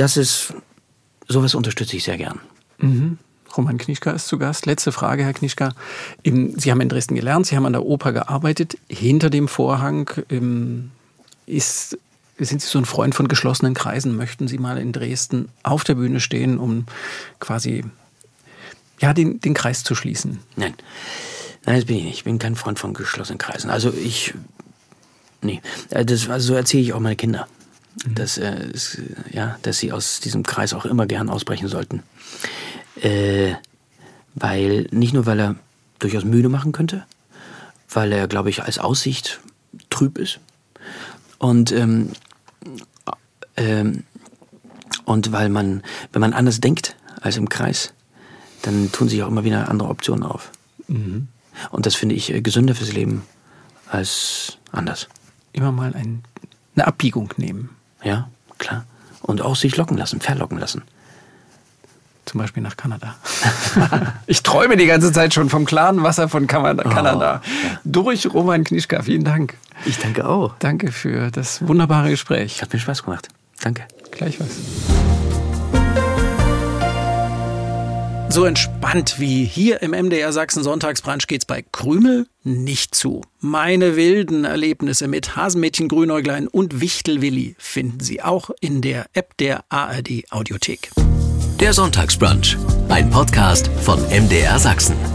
Speaker 4: sowas unterstütze ich sehr gern.
Speaker 3: Roman Knischka ist zu Gast. Letzte Frage, Herr Knischka. Sie haben in Dresden gelernt, Sie haben an der Oper gearbeitet. Hinter dem Vorhang sind Sie so ein Freund von geschlossenen Kreisen? Möchten Sie mal in Dresden auf der Bühne stehen, um quasi den Kreis zu schließen?
Speaker 4: Nein, das bin ich nicht. Ich bin kein Freund von geschlossenen Kreisen. Also so erzähle ich auch meine Kinder. Dass sie aus diesem Kreis auch immer gern ausbrechen sollten. Nicht nur, weil er durchaus müde machen könnte, weil er, glaube ich, als Aussicht trüb ist und weil man, wenn man anders denkt als im Kreis, dann tun sich auch immer wieder andere Optionen auf. Und das finde ich gesünder fürs Leben als anders.
Speaker 3: Immer mal eine Abbiegung nehmen.
Speaker 4: Ja, klar. Und auch sich verlocken lassen.
Speaker 3: Zum Beispiel nach Kanada. Ich träume die ganze Zeit schon vom klaren Wasser von Kanada. Durch Roman Knischka. Vielen Dank.
Speaker 4: Ich danke auch.
Speaker 3: Danke für das wunderbare Gespräch.
Speaker 4: Hat mir Spaß gemacht. Danke.
Speaker 3: Gleichfalls. So entspannt wie hier im MDR Sachsen Sonntagsbrunch geht's bei Krümel nicht zu. Meine wilden Erlebnisse mit Hasenmädchen Grünäuglein und Wichtel-Willi finden Sie auch in der App der ARD Audiothek.
Speaker 2: Der Sonntagsbrunch, ein Podcast von MDR Sachsen.